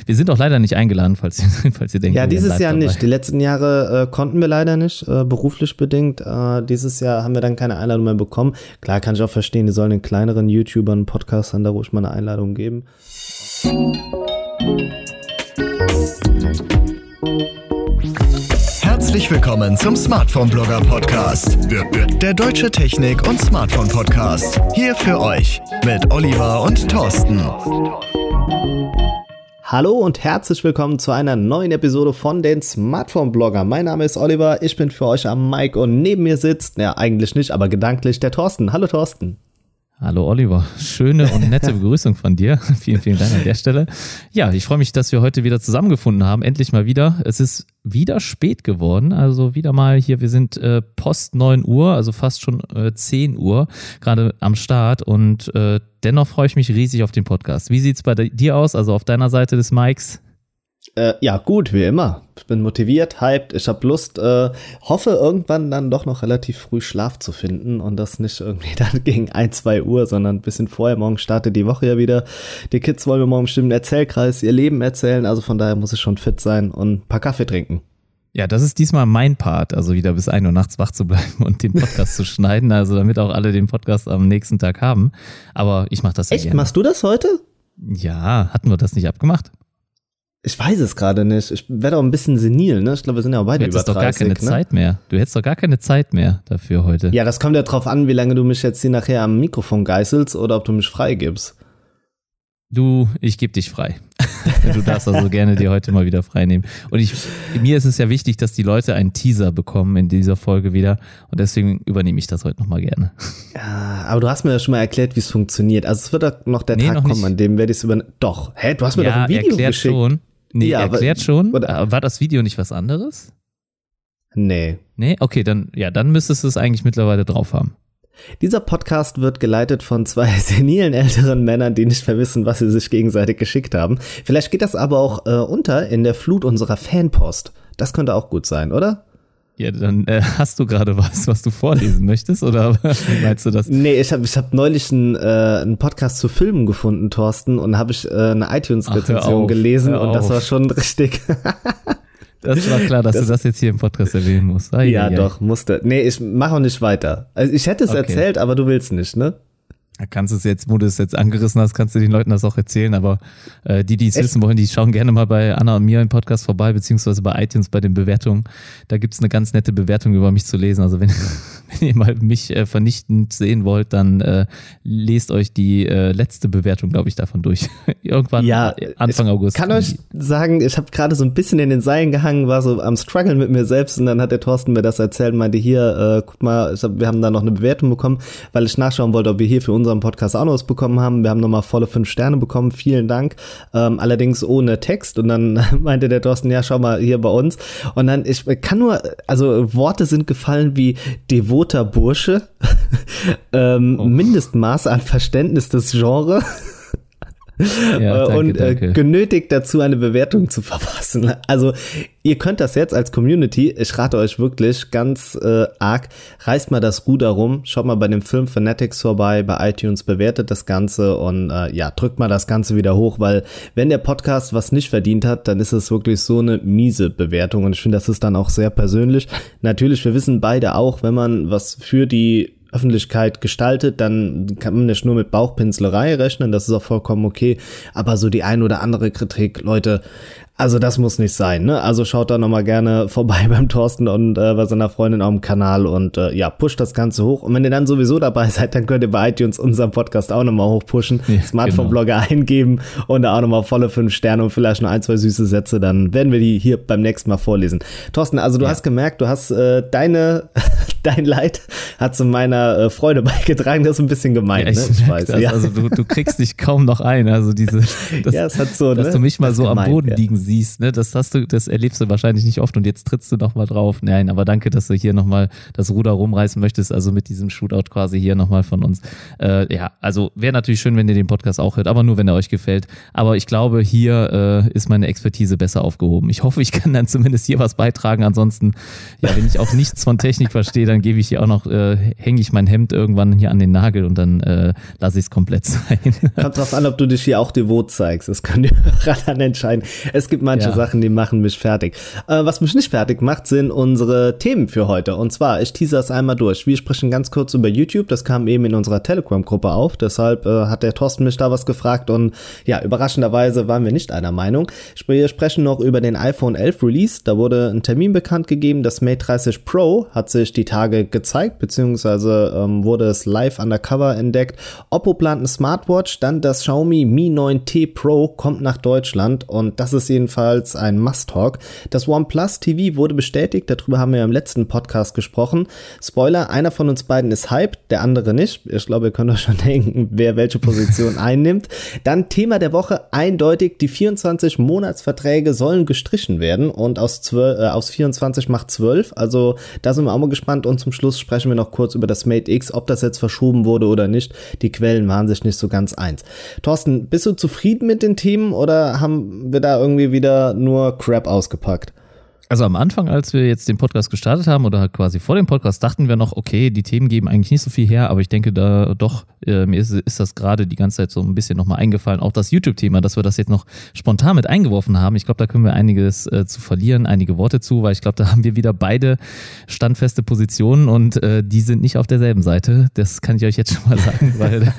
Wir sind auch leider nicht eingeladen, falls ihr denkt. Ja, dieses Jahr nicht. Die letzten Jahre konnten wir leider nicht, beruflich bedingt. Dieses Jahr haben wir dann keine Einladung mehr bekommen. Klar, kann ich auch verstehen, die sollen den kleineren YouTubern, Podcastern da ruhig mal eine Einladung geben. Herzlich willkommen zum Smartphone-Blogger-Podcast. Der deutsche Technik- und Smartphone-Podcast. Hier für euch mit Oliver und Thorsten. Hallo und herzlich willkommen zu einer neuen Episode von den Smartphone-Blogger. Mein Name ist Oliver, ich bin für euch am Mic und neben mir sitzt, ja eigentlich nicht, aber gedanklich der Thorsten. Hallo Thorsten. Hallo Oliver, schöne und nette Begrüßung von dir. Vielen, vielen Dank an der Stelle. Ja, ich freue mich, dass wir heute wieder zusammengefunden haben, endlich mal wieder. Es ist wieder spät geworden, also wieder mal hier, wir sind post 9 Uhr, also fast schon 10 Uhr gerade am Start und dennoch freue ich mich riesig auf den Podcast. Wie sieht's bei dir aus, also auf deiner Seite des Mics? Ja, gut, wie immer. Ich bin motiviert, hyped, ich habe Lust, hoffe irgendwann dann doch noch relativ früh Schlaf zu finden und das nicht irgendwie dann gegen 1, 2 Uhr, sondern ein bisschen vorher. Morgen startet die Woche ja wieder. Die Kids wollen mir morgen bestimmt im Erzählkreis ihr Leben erzählen, also von daher muss ich schon fit sein und ein paar Kaffee trinken. Ja, das ist diesmal mein Part, also wieder bis 1 Uhr nachts wach zu bleiben und den Podcast zu schneiden, also damit auch alle den Podcast am nächsten Tag haben. Aber ich mache das ja gerne. Echt? Machst du das heute? Ja, hatten wir das nicht abgemacht? Ich weiß es gerade nicht. Ich werde auch ein bisschen senil, ne? Ich glaube, wir sind ja auch beide über 30. Du hättest doch gar keine Zeit mehr. Du hättest doch gar keine Zeit mehr dafür heute. Ja, das kommt ja drauf an, wie lange du mich jetzt hier nachher am Mikrofon geißelst oder ob du mich freigibst. Ich gebe dich frei. Du darfst also gerne dir heute mal wieder frei nehmen. Und mir ist es ja wichtig, dass die Leute einen Teaser bekommen in dieser Folge wieder. Und deswegen übernehme ich das heute nochmal gerne. Ja, aber du hast mir ja schon mal erklärt, wie es funktioniert. Also es wird doch noch der Tag kommen, an dem werde ich es übernehmen. Doch, du hast mir doch ein Video geschickt. Schon. Nee, ja, erklärt schon. War das Video nicht was anderes? Nee. Nee? Okay, dann müsstest du es eigentlich mittlerweile drauf haben. Dieser Podcast wird geleitet von 2 senilen älteren Männern, die nicht mehr wissen, was sie sich gegenseitig geschickt haben. Vielleicht geht das aber auch unter in der Flut unserer Fanpost. Das könnte auch gut sein, oder? Ja, dann hast du gerade was du vorlesen möchtest, oder wie meinst du das? Nee, ich hab neulich einen Podcast zu Filmen gefunden, Thorsten, und habe ich eine iTunes-Rezension gelesen und das war schon richtig. Das war klar, dass du das jetzt hier im Podcast erwähnen musst. Doch, musste. Nee, ich mache auch nicht weiter. Also ich hätte es erzählt, aber du willst nicht, ne? Da kannst du es jetzt, wo du es jetzt angerissen hast, kannst du den Leuten das auch erzählen, aber die es wissen wollen, die schauen gerne mal bei Anna und mir im Podcast vorbei, beziehungsweise bei iTunes bei den Bewertungen. Da gibt's eine ganz nette Bewertung über mich zu lesen. Also wenn ihr mal mich vernichtend sehen wollt, dann lest euch die letzte Bewertung, glaube ich, davon durch. Irgendwann Anfang August. Ich kann euch sagen, ich habe gerade so ein bisschen in den Seilen gehangen, war so am Struggeln mit mir selbst und dann hat der Thorsten mir das erzählt und meinte, hier, guck mal, wir haben da noch eine Bewertung bekommen, weil ich nachschauen wollte, ob wir hier für unseren Podcast auch noch was bekommen haben. Wir haben nochmal volle 5 Sterne bekommen, vielen Dank. Allerdings ohne Text und dann meinte der Thorsten, ja, schau mal hier bei uns. Und dann, ich kann nur, also Worte sind gefallen wie devoter Bursche, Mindestmaß an Verständnis des Genres. Ja, danke. Genötigt dazu, eine Bewertung zu verfassen. Also ihr könnt das jetzt als Community, ich rate euch wirklich ganz arg, reißt mal das Ruder rum, schaut mal bei dem Film Fanatics vorbei, bei iTunes, bewertet das Ganze und drückt mal das Ganze wieder hoch, weil wenn der Podcast was nicht verdient hat, dann ist es wirklich so eine miese Bewertung und ich finde, das ist dann auch sehr persönlich. Natürlich, wir wissen beide auch, wenn man was für die Öffentlichkeit gestaltet, dann kann man nicht nur mit Bauchpinselerei rechnen, das ist auch vollkommen okay, aber so die ein oder andere Kritik, Leute, also das muss nicht sein, ne? Also schaut da nochmal gerne vorbei beim Thorsten und bei seiner Freundin auf dem Kanal und pusht das Ganze hoch. Und wenn ihr dann sowieso dabei seid, dann könnt ihr bei iTunes unseren Podcast auch nochmal hochpushen, Smartphone-Blogger eingeben und da auch nochmal volle 5 Sterne und vielleicht noch 1, 2 süße Sätze, dann werden wir die hier beim nächsten Mal vorlesen. Thorsten, also du hast gemerkt, du hast dein Leid hat zu meiner Freude beigetragen, das ist ein bisschen gemein, ne? Ich weiß. Das, also du kriegst dich kaum noch ein, also es hat so, dass du mich mal so am Boden liegen siehst, siehst, ne? Das erlebst du wahrscheinlich nicht oft und jetzt trittst du nochmal drauf. Nein, aber danke, dass du hier nochmal das Ruder rumreißen möchtest, also mit diesem Shootout quasi hier nochmal von uns. Ja, also wäre natürlich schön, wenn ihr den Podcast auch hört, aber nur, wenn er euch gefällt. Aber ich glaube, hier ist meine Expertise besser aufgehoben. Ich hoffe, ich kann dann zumindest hier was beitragen. Ansonsten, ja, wenn ich auch nichts von Technik verstehe, dann gebe ich hier auch noch, hänge ich mein Hemd irgendwann hier an den Nagel und dann lasse ich es komplett sein. Kommt drauf an, ob du dich hier auch devot zeigst. Das können die Hörer dann entscheiden. Es gibt manche Sachen, die machen mich fertig. Was mich nicht fertig macht, sind unsere Themen für heute. Und zwar, ich teaser es einmal durch. Wir sprechen ganz kurz über YouTube. Das kam eben in unserer Telegram-Gruppe auf. Deshalb hat der Thorsten mich da was gefragt. Und ja, überraschenderweise waren wir nicht einer Meinung. Wir sprechen noch über den iPhone 11 Release. Da wurde ein Termin bekannt gegeben. Das Mate 30 Pro hat sich die Tage gezeigt, beziehungsweise wurde es live undercover entdeckt. Oppo plant eine Smartwatch. Dann das Xiaomi Mi 9T Pro kommt nach Deutschland. Und das ist jedenfalls ein Must-Talk. Das OnePlus TV wurde bestätigt. Darüber haben wir im letzten Podcast gesprochen. Spoiler, einer von uns beiden ist hyped, der andere nicht. Ich glaube, ihr könnt euch schon denken, wer welche Position einnimmt. Dann Thema der Woche, eindeutig, die 24 Monatsverträge sollen gestrichen werden und aus 24 macht 12. Also da sind wir auch mal gespannt und zum Schluss sprechen wir noch kurz über das Mate X, ob das jetzt verschoben wurde oder nicht. Die Quellen waren sich nicht so ganz eins. Thorsten, bist du zufrieden mit den Themen oder haben wir da irgendwie wieder nur Crap ausgepackt? Also am Anfang, als wir jetzt den Podcast gestartet haben oder quasi vor dem Podcast, dachten wir noch, okay, die Themen geben eigentlich nicht so viel her, aber ich denke da doch, mir ist das gerade die ganze Zeit so ein bisschen nochmal eingefallen, auch das YouTube-Thema, dass wir das jetzt noch spontan mit eingeworfen haben. Ich glaube, da können wir einiges zu verlieren, einige Worte zu, weil ich glaube, da haben wir wieder beide standfeste Positionen und die sind nicht auf derselben Seite. Das kann ich euch jetzt schon mal sagen, weil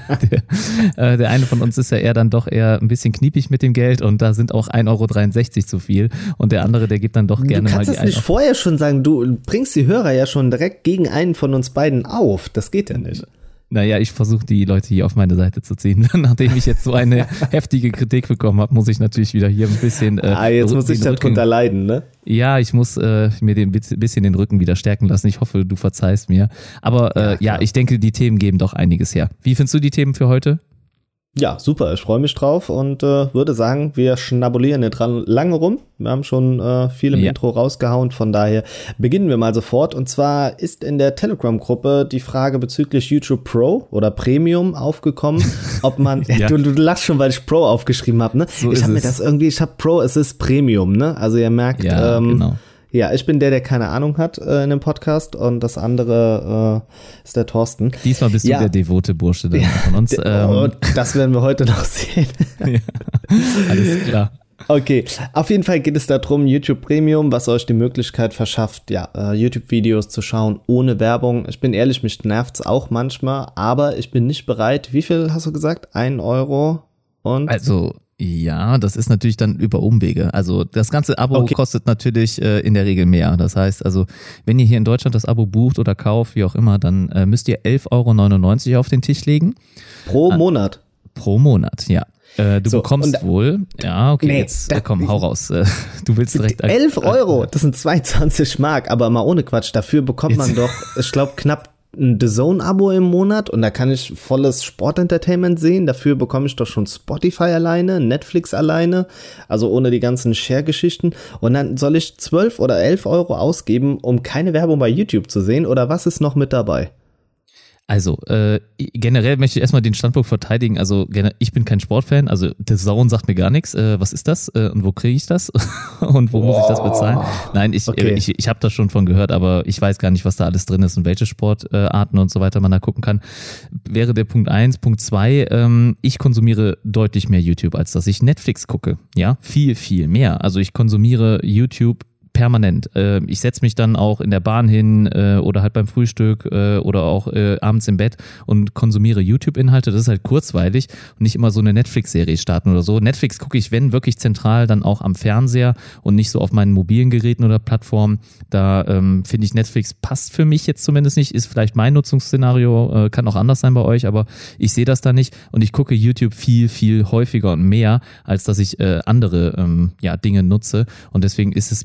der eine von uns ist ja dann doch eher ein bisschen kniepig mit dem Geld und da sind auch 1,63 € zu viel und der andere, der gibt dann doch gerne. Du kannst es nicht vorher schon sagen, du bringst die Hörer ja schon direkt gegen einen von uns beiden auf. Das geht ja nicht. Naja, ich versuche die Leute hier auf meine Seite zu ziehen. Nachdem ich jetzt so eine heftige Kritik bekommen habe, muss ich natürlich wieder hier ein bisschen jetzt muss ich darunter leiden, ne? Ja, ich muss mir ein bisschen den Rücken wieder stärken lassen. Ich hoffe, du verzeihst mir. Aber ich denke, die Themen geben doch einiges her. Wie findest du die Themen für heute? Ja, super, ich freue mich drauf und würde sagen, wir schnabulieren nicht dran lange rum. Wir haben schon viel im Intro rausgehauen, von daher beginnen wir mal sofort. Und zwar ist in der Telegram-Gruppe die Frage bezüglich YouTube Pro oder Premium aufgekommen, ob man, du lachst schon, weil ich Pro aufgeschrieben habe, ne? So ich habe mir das irgendwie, ich habe Pro, es ist Premium, ne? Also ihr merkt, genau. Ja, ich bin der keine Ahnung hat in dem Podcast und das andere ist der Thorsten. Diesmal bist du der devote Bursche von uns. Und das werden wir heute noch sehen. Ja, alles klar. Okay, auf jeden Fall geht es darum, YouTube Premium, was euch die Möglichkeit verschafft, YouTube-Videos zu schauen ohne Werbung. Ich bin ehrlich, mich nervt's auch manchmal, aber ich bin nicht bereit. Wie viel hast du gesagt? 1 € und? Also ja, das ist natürlich dann über Umwege. Also das ganze Abo kostet natürlich in der Regel mehr. Das heißt also, wenn ihr hier in Deutschland das Abo bucht oder kauft, wie auch immer, dann müsst ihr 11,99 € auf den Tisch legen. Pro Monat? Pro Monat, ja. Du bekommst wohl, jetzt komm, hau raus. Du willst direkt 11 €, das sind 22 Mark, aber mal ohne Quatsch. Dafür bekommt man doch, ich glaube, knapp ein DAZN-Abo im Monat und da kann ich volles Sportentertainment sehen. Dafür bekomme ich doch schon Spotify alleine, Netflix alleine, also ohne die ganzen Share-Geschichten. Und dann soll ich 12 oder 11 € ausgeben, um keine Werbung bei YouTube zu sehen? Oder was ist noch mit dabei? Also, generell möchte ich erstmal den Standpunkt verteidigen. Also, ich bin kein Sportfan. Also, DAZN sagt mir gar nichts. Was ist das? Und wo kriege ich das? Und wo muss ich das bezahlen? Nein, ich habe das schon von gehört, aber ich weiß gar nicht, was da alles drin ist und welche Sportarten und so weiter man da gucken kann. Wäre der Punkt 1. Punkt 2, ich konsumiere deutlich mehr YouTube, als dass ich Netflix gucke. Ja, viel, viel mehr. Also, ich konsumiere YouTube permanent. Ich setze mich dann auch in der Bahn hin oder halt beim Frühstück oder auch abends im Bett und konsumiere YouTube-Inhalte. Das ist halt kurzweilig und nicht immer so eine Netflix-Serie starten oder so. Netflix gucke ich, wenn wirklich zentral, dann auch am Fernseher und nicht so auf meinen mobilen Geräten oder Plattformen. Da finde ich, Netflix passt für mich jetzt zumindest nicht. Ist vielleicht mein Nutzungsszenario, kann auch anders sein bei euch, aber ich sehe das da nicht und ich gucke YouTube viel, viel häufiger und mehr, als dass ich andere Dinge nutze und deswegen ist es mir auf jeden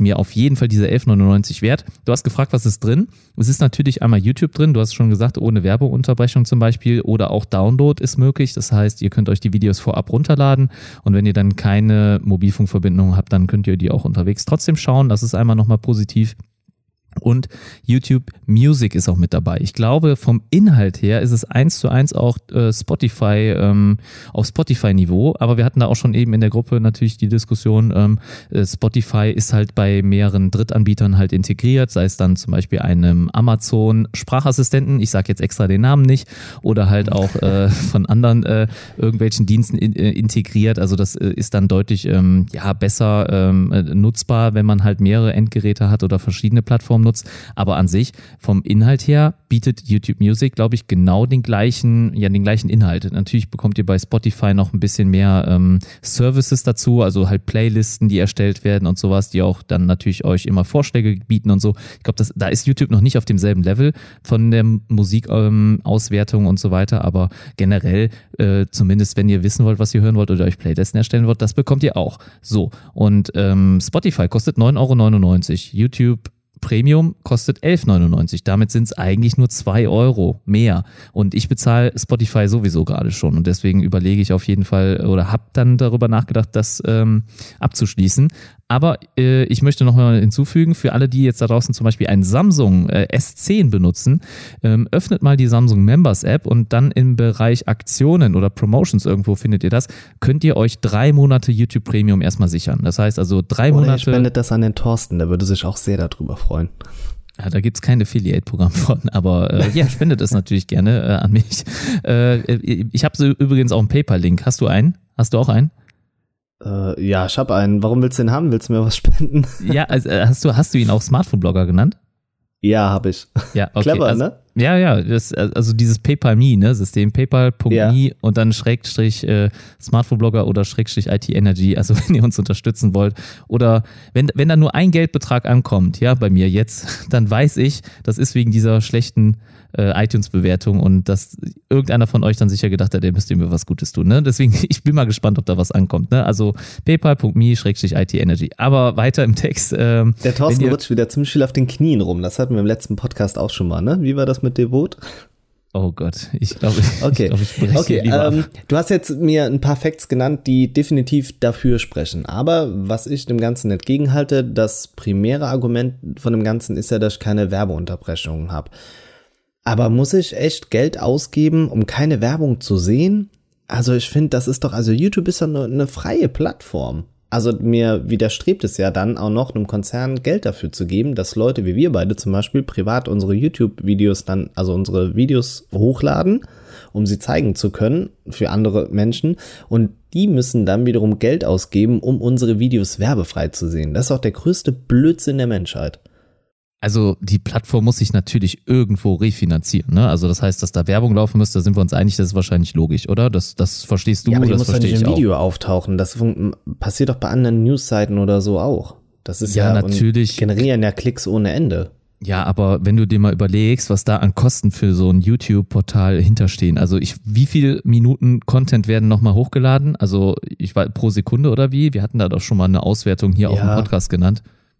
jeden Fall diese 11,99 wert. Du hast gefragt, was ist drin? Es ist natürlich einmal YouTube drin, du hast schon gesagt, ohne Werbeunterbrechung zum Beispiel, oder auch Download ist möglich. Das heißt, ihr könnt euch die Videos vorab runterladen und wenn ihr dann keine Mobilfunkverbindung habt, dann könnt ihr die auch unterwegs trotzdem schauen. Das ist einmal nochmal positiv. Und YouTube Music ist auch mit dabei. Ich glaube, vom Inhalt her ist es 1:1 auch Spotify auf Spotify-Niveau, aber wir hatten da auch schon eben in der Gruppe natürlich die Diskussion, Spotify ist halt bei mehreren Drittanbietern halt integriert, sei es dann zum Beispiel einem Amazon-Sprachassistenten, ich sage jetzt extra den Namen nicht, oder halt auch von anderen irgendwelchen Diensten integriert. Also das ist dann deutlich besser nutzbar, wenn man halt mehrere Endgeräte hat oder verschiedene Plattformen nutzt, aber an sich vom Inhalt her bietet YouTube Music, glaube ich, genau den gleichen Inhalt. Natürlich bekommt ihr bei Spotify noch ein bisschen mehr Services dazu, also halt Playlisten, die erstellt werden und sowas, die auch dann natürlich euch immer Vorschläge bieten und so. Ich glaube, da ist YouTube noch nicht auf demselben Level von der Musikauswertung und so weiter, aber generell, zumindest wenn ihr wissen wollt, was ihr hören wollt oder euch Playlisten erstellen wollt, das bekommt ihr auch. So, und Spotify kostet 9,99 €, YouTube Premium kostet 11,99 €. Damit sind es eigentlich nur 2 € mehr. Und ich bezahle Spotify sowieso gerade schon. Und deswegen überlege ich auf jeden Fall oder habe dann darüber nachgedacht, das abzuschließen. Aber ich möchte noch mal hinzufügen, für alle, die jetzt da draußen zum Beispiel einen Samsung S10 benutzen, öffnet mal die Samsung Members App und dann im Bereich Aktionen oder Promotions, irgendwo findet ihr das, könnt ihr euch 3 Monate YouTube Premium erstmal sichern. Das heißt also 3 Monate... Oder ihr spendet das an den Thorsten, der würde sich auch sehr darüber freuen. Ja, da gibt's kein Affiliate-Programm von, aber spendet es natürlich gerne an mich. Ich habe übrigens auch einen PayPal-Link. Hast du einen? Hast du auch einen? Ja, ich habe einen. Warum willst du den haben? Willst du mir was spenden? Ja, also hast du ihn auch Smartphone-Blogger genannt? Ja, habe ich. Ja, okay. Clever, also, ne? Ja, also dieses PayPal.me, ne, System PayPal.me und dann Schrägstrich Smartphone-Blogger oder Schrägstrich IT-Energy, also wenn ihr uns unterstützen wollt oder wenn da nur ein Geldbetrag ankommt, ja, bei mir jetzt, dann weiß ich, das ist wegen dieser schlechten iTunes-Bewertung und dass irgendeiner von euch dann sicher gedacht hat, der müsste mir was Gutes tun, ne? Deswegen, ich bin mal gespannt, ob da was ankommt, ne? Also PayPal.me/IT-Energy. Aber weiter im Text. Der Thorsten rutscht wieder ziemlich viel auf den Knien rum. Das hatten wir im letzten Podcast auch schon mal, ne? Wie war das mit Devot? Oh Gott, ich glaube, ich breche lieber ab. Du hast jetzt mir ein paar Facts genannt, die definitiv dafür sprechen. Aber was ich dem Ganzen entgegenhalte, das primäre Argument von dem Ganzen ist ja, dass ich keine Werbeunterbrechungen habe. Aber muss ich echt Geld ausgeben, um keine Werbung zu sehen? Also ich finde, YouTube ist ja eine freie Plattform. Also mir widerstrebt es ja dann auch noch, einem Konzern Geld dafür zu geben, dass Leute wie wir beide zum Beispiel privat unsere YouTube-Videos unsere Videos hochladen, um sie zeigen zu können für andere Menschen. Und die müssen dann wiederum Geld ausgeben, um unsere Videos werbefrei zu sehen. Das ist auch der größte Blödsinn der Menschheit. Also die Plattform muss sich natürlich irgendwo refinanzieren, ne? Also das heißt, dass da Werbung laufen müsste, da sind wir uns einig, das ist wahrscheinlich logisch, oder? Das verstehst du, ja, aber das verstehe ich auch. Ja, muss nicht im Video auftauchen, das passiert doch bei anderen Newsseiten oder so auch. Das ist ja natürlich, generieren ja Klicks ohne Ende. Ja, aber wenn du dir mal überlegst, was da an Kosten für so ein YouTube-Portal hinterstehen, also wie viele Minuten Content werden nochmal hochgeladen? Also ich war pro Sekunde oder wie? Wir hatten da doch schon mal eine Auswertung hier auf dem Podcast genannt.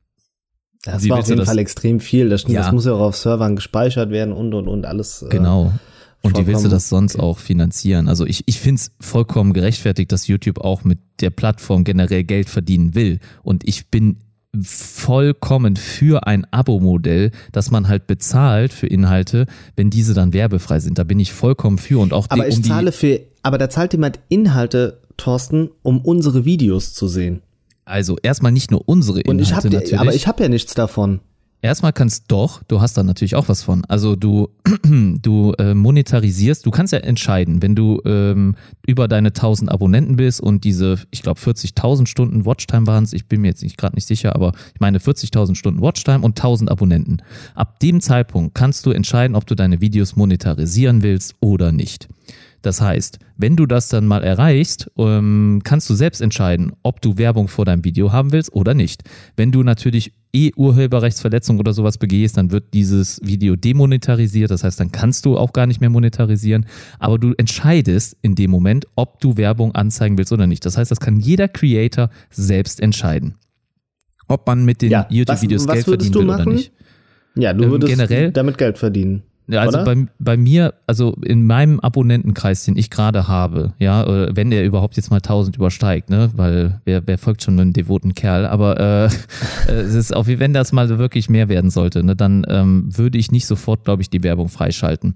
Das war auf jeden Fall extrem viel. Das muss ja auch auf Servern gespeichert werden und alles. Genau. Und wie willst du das sonst auch finanzieren? Also ich finde es vollkommen gerechtfertigt, dass YouTube auch mit der Plattform generell Geld verdienen will. Und ich bin vollkommen für ein Abo-Modell, dass man halt bezahlt für Inhalte, wenn diese dann werbefrei sind. Da bin ich vollkommen für. Und auch aber da zahlt jemand Inhalte, Thorsten, um unsere Videos zu sehen. Also erstmal nicht nur unsere Inhalte natürlich. Aber ich habe ja nichts davon. Erstmal du hast da natürlich auch was von. Also du monetarisierst, du kannst ja entscheiden, wenn du über deine 1000 Abonnenten bist und diese, ich glaube 40.000 Stunden Watchtime waren es, ich bin mir jetzt gerade nicht sicher, aber ich meine 40.000 Stunden Watchtime und 1000 Abonnenten. Ab dem Zeitpunkt kannst du entscheiden, ob du deine Videos monetarisieren willst oder nicht. Das heißt, wenn du das dann mal erreichst, kannst du selbst entscheiden, ob du Werbung vor deinem Video haben willst oder nicht. Wenn du natürlich Urheberrechtsverletzung oder sowas begehst, dann wird dieses Video demonetarisiert. Das heißt, dann kannst du auch gar nicht mehr monetarisieren. Aber du entscheidest in dem Moment, ob du Werbung anzeigen willst oder nicht. Das heißt, das kann jeder Creator selbst entscheiden. ob man mit den YouTube-Videos Geld verdienen will oder nicht. Ja, du würdest generell damit Geld verdienen. Ja, also bei mir, also in meinem Abonnentenkreis, den ich gerade habe, ja, wenn der überhaupt jetzt mal 1000 übersteigt, ne, weil wer folgt schon einem devoten Kerl, aber es ist auch wie wenn das mal wirklich mehr werden sollte, ne, dann würde ich nicht sofort, glaube ich, die Werbung freischalten.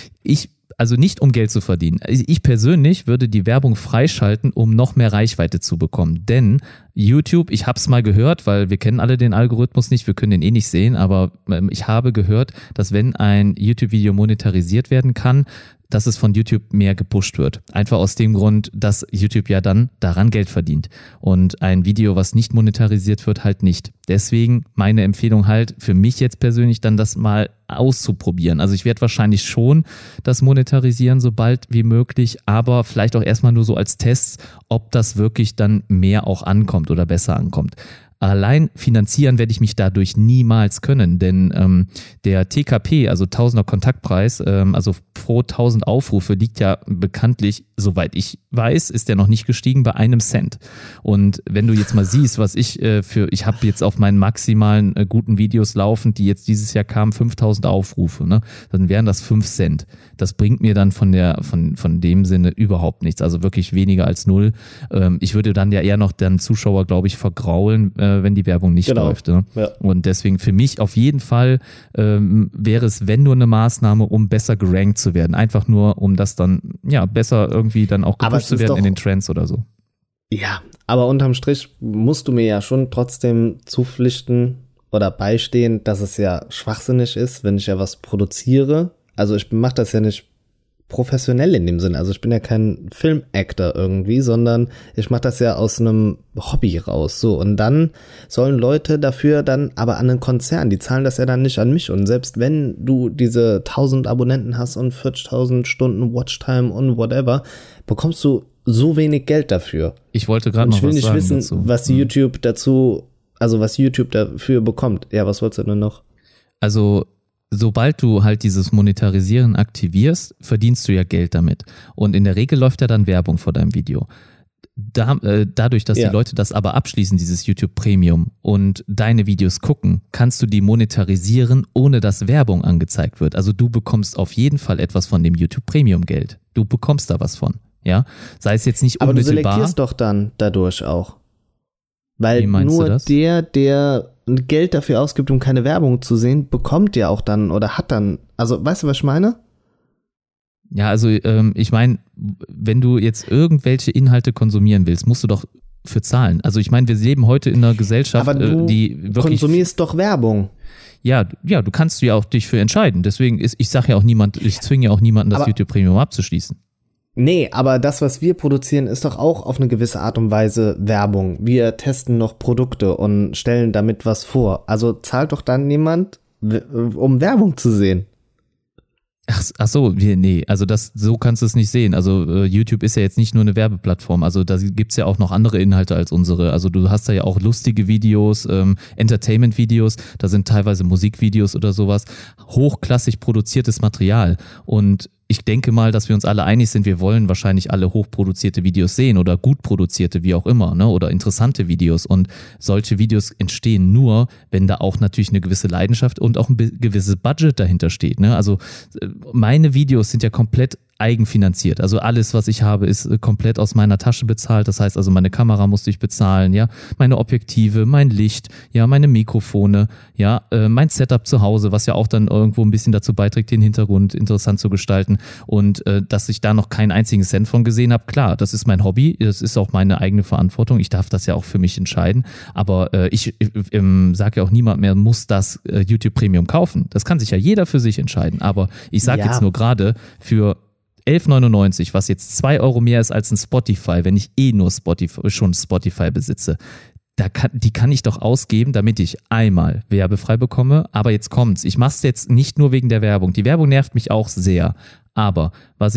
Also nicht um Geld zu verdienen. Ich persönlich würde die Werbung freischalten, um noch mehr Reichweite zu bekommen. Denn YouTube, ich habe es mal gehört, weil wir kennen alle den Algorithmus nicht, wir können den eh nicht sehen, aber ich habe gehört, dass wenn ein YouTube-Video monetarisiert werden kann, dass es von YouTube mehr gepusht wird. Einfach aus dem Grund, dass YouTube ja dann daran Geld verdient. Und ein Video, was nicht monetarisiert wird, halt nicht. Deswegen meine Empfehlung halt für mich jetzt persönlich dann das mal auszuprobieren. Also ich werde wahrscheinlich schon das monetarisieren, so bald wie möglich, aber vielleicht auch erstmal nur so als Tests, ob das wirklich dann mehr auch ankommt oder besser ankommt. Allein finanzieren werde ich mich dadurch niemals können, denn der TKP, also Tausender Kontaktpreis, also pro 1000 Aufrufe liegt ja bekanntlich, soweit ich weiß, ist der noch nicht gestiegen bei 1 Cent. Und wenn du jetzt mal siehst, was ich ich habe jetzt auf meinen maximalen guten Videos laufend, die jetzt dieses Jahr kamen, 5000 Aufrufe, ne? Dann wären das 5 Cent. Das bringt mir dann von dem Sinne überhaupt nichts, also wirklich weniger als 0. Ich würde dann ja eher noch den Zuschauer, glaube ich, vergraulen, wenn die Werbung nicht läuft. Ne? Ja. Und deswegen für mich auf jeden Fall wäre es, wenn nur eine Maßnahme, um besser gerankt zu werden. Einfach nur, um das dann besser irgendwie dann auch gepusht zu werden in den Trends oder so. Ja, aber unterm Strich musst du mir ja schon trotzdem zupflichten oder beistehen, dass es ja schwachsinnig ist, wenn ich ja was produziere. Also ich mache das ja nicht professionell in dem Sinn. Also ich bin ja kein Film-Actor irgendwie, sondern ich mache das ja aus einem Hobby raus. So, und dann sollen Leute dafür dann aber an einen Konzern, die zahlen das ja dann nicht an mich. Und selbst wenn du diese 1000 Abonnenten hast und 40.000 Stunden Watchtime und whatever, bekommst du so wenig Geld dafür. Ich wollte gerade noch was sagen. Ich will nicht wissen, was YouTube was YouTube dafür bekommt. Ja, was wolltest du denn noch? Also sobald du halt dieses Monetarisieren aktivierst, verdienst du ja Geld damit. Und in der Regel läuft ja dann Werbung vor deinem Video. Dadurch, dass die Leute das aber abschließen, dieses YouTube Premium, und deine Videos gucken, kannst du die monetarisieren, ohne dass Werbung angezeigt wird. Also du bekommst auf jeden Fall etwas von dem YouTube Premium Geld. Du bekommst da was von. Ja? Sei es jetzt nicht unmittelbar. Aber du selektierst doch dann dadurch auch. Weil nur der Geld dafür ausgibt, um keine Werbung zu sehen, bekommt ja auch dann oder hat dann, also weißt du, was ich meine? Ja, also ich meine, wenn du jetzt irgendwelche Inhalte konsumieren willst, musst du doch für zahlen. Also ich meine, wir leben heute in einer Gesellschaft, aber du die wirklich konsumierst doch Werbung. Ja, du kannst ja auch dich für entscheiden. Deswegen ich zwinge ja auch niemanden, das YouTube Premium abzuschließen. Nee, aber das, was wir produzieren, ist doch auch auf eine gewisse Art und Weise Werbung. Wir testen noch Produkte und stellen damit was vor. Also zahlt doch dann jemand, um Werbung zu sehen. Ach so, nee, also so kannst du es nicht sehen. Also YouTube ist ja jetzt nicht nur eine Werbeplattform, also da gibt's ja auch noch andere Inhalte als unsere. Also du hast da ja auch lustige Videos, Entertainment-Videos, da sind teilweise Musikvideos oder sowas, hochklassig produziertes Material. Und ich denke mal, dass wir uns alle einig sind, wir wollen wahrscheinlich alle hochproduzierte Videos sehen oder gut produzierte, wie auch immer, ne, oder interessante Videos. Und solche Videos entstehen nur, wenn da auch natürlich eine gewisse Leidenschaft und auch ein gewisses Budget dahinter steht, ne. Also meine Videos sind ja komplett eigenfinanziert. Also alles, was ich habe, ist komplett aus meiner Tasche bezahlt. Das heißt also, meine Kamera musste ich bezahlen, ja, meine Objektive, mein Licht, ja, meine Mikrofone, ja, mein Setup zu Hause, was ja auch dann irgendwo ein bisschen dazu beiträgt, den Hintergrund interessant zu gestalten. Und dass ich da noch keinen einzigen Cent von gesehen habe, klar, das ist mein Hobby, das ist auch meine eigene Verantwortung. Ich darf das ja auch für mich entscheiden. Aber ich sage ja auch, niemand mehr muss das YouTube Premium kaufen. Das kann sich ja jeder für sich entscheiden. Aber ich sage jetzt nur gerade für 11,99, was jetzt 2 Euro mehr ist als ein Spotify, wenn ich nur Spotify besitze, die kann ich doch ausgeben, damit ich einmal werbefrei bekomme. Aber jetzt kommt's. Ich mache es jetzt nicht nur wegen der Werbung. Die Werbung nervt mich auch sehr. Aber was ich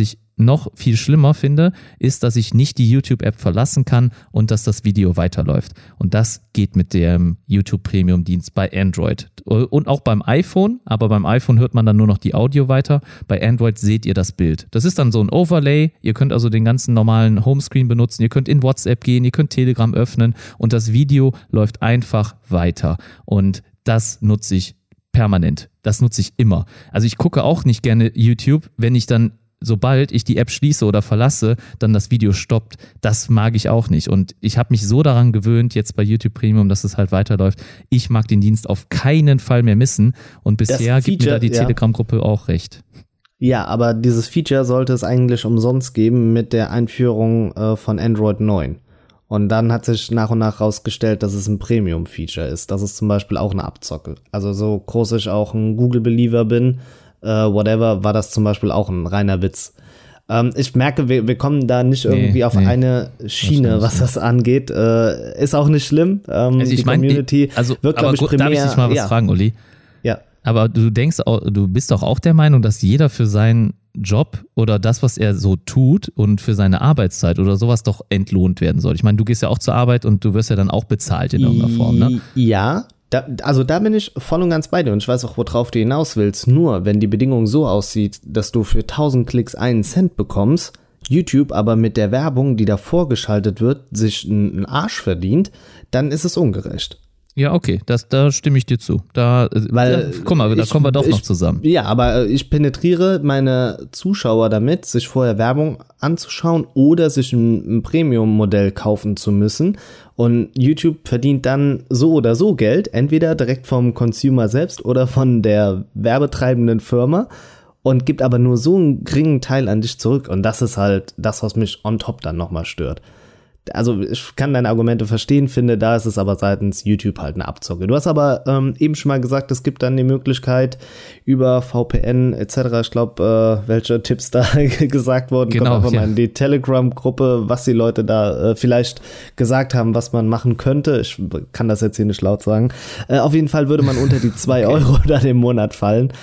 noch viel schlimmer finde, ist, dass ich nicht die YouTube-App verlassen kann und dass das Video weiterläuft. Und das geht mit dem YouTube-Premium-Dienst bei Android. Und auch beim iPhone, aber beim iPhone hört man dann nur noch die Audio weiter. Bei Android seht ihr das Bild. Das ist dann so ein Overlay. Ihr könnt also den ganzen normalen Homescreen benutzen. Ihr könnt in WhatsApp gehen, ihr könnt Telegram öffnen und das Video läuft einfach weiter. Und das nutze ich permanent. Das nutze ich immer. Also ich gucke auch nicht gerne YouTube, wenn ich dann, sobald ich die App schließe oder verlasse, dann das Video stoppt. Das mag ich auch nicht. Und ich habe mich so daran gewöhnt, jetzt bei YouTube Premium, dass es halt weiterläuft. Ich mag den Dienst auf keinen Fall mehr missen. Und bisher gibt mir da die Telegram-Gruppe auch recht. Ja, aber dieses Feature sollte es eigentlich umsonst geben mit der Einführung von Android 9. Und dann hat sich nach und nach rausgestellt, dass es ein Premium-Feature ist. Das ist zum Beispiel auch eine Abzocke. Also so groß ich auch ein Google-Believer bin, whatever, war das zum Beispiel auch ein reiner Witz. Ich merke, wir kommen da nicht irgendwie auf eine Schiene, was das angeht. Ist auch nicht schlimm. Also die Community wird, glaube ich, primär... Darf ich dich mal was fragen, Olli? Ja. Aber du bist doch auch der Meinung, dass jeder für seinen Job oder das, was er so tut und für seine Arbeitszeit oder sowas doch entlohnt werden soll. Ich meine, du gehst ja auch zur Arbeit und du wirst ja dann auch bezahlt in irgendeiner Form, ne? Ja, da bin ich voll und ganz bei dir und ich weiß auch, worauf du hinaus willst. Nur, wenn die Bedingung so aussieht, dass du für 1000 Klicks 1 Cent bekommst, YouTube aber mit der Werbung, die davor geschaltet wird, sich einen Arsch verdient, dann ist es ungerecht. Ja, okay, da stimme ich dir zu. Guck mal, da kommen wir doch noch zusammen. Ja, aber ich penetriere meine Zuschauer damit, sich vorher Werbung anzuschauen oder sich ein Premium-Modell kaufen zu müssen. Und YouTube verdient dann so oder so Geld, entweder direkt vom Consumer selbst oder von der werbetreibenden Firma und gibt aber nur so einen geringen Teil an dich zurück. Und das ist halt das, was mich on top dann nochmal stört. Also ich kann deine Argumente verstehen, finde, da ist es aber seitens YouTube halt eine Abzocke. Du hast aber eben schon mal gesagt, es gibt dann die Möglichkeit über VPN etc., ich glaube, welche Tipps da gesagt wurden, genau, kommt einfach mal in die Telegram-Gruppe, was die Leute da vielleicht gesagt haben, was man machen könnte. Ich kann das jetzt hier nicht laut sagen. Auf jeden Fall würde man unter die 2 Euro dann im Monat fallen.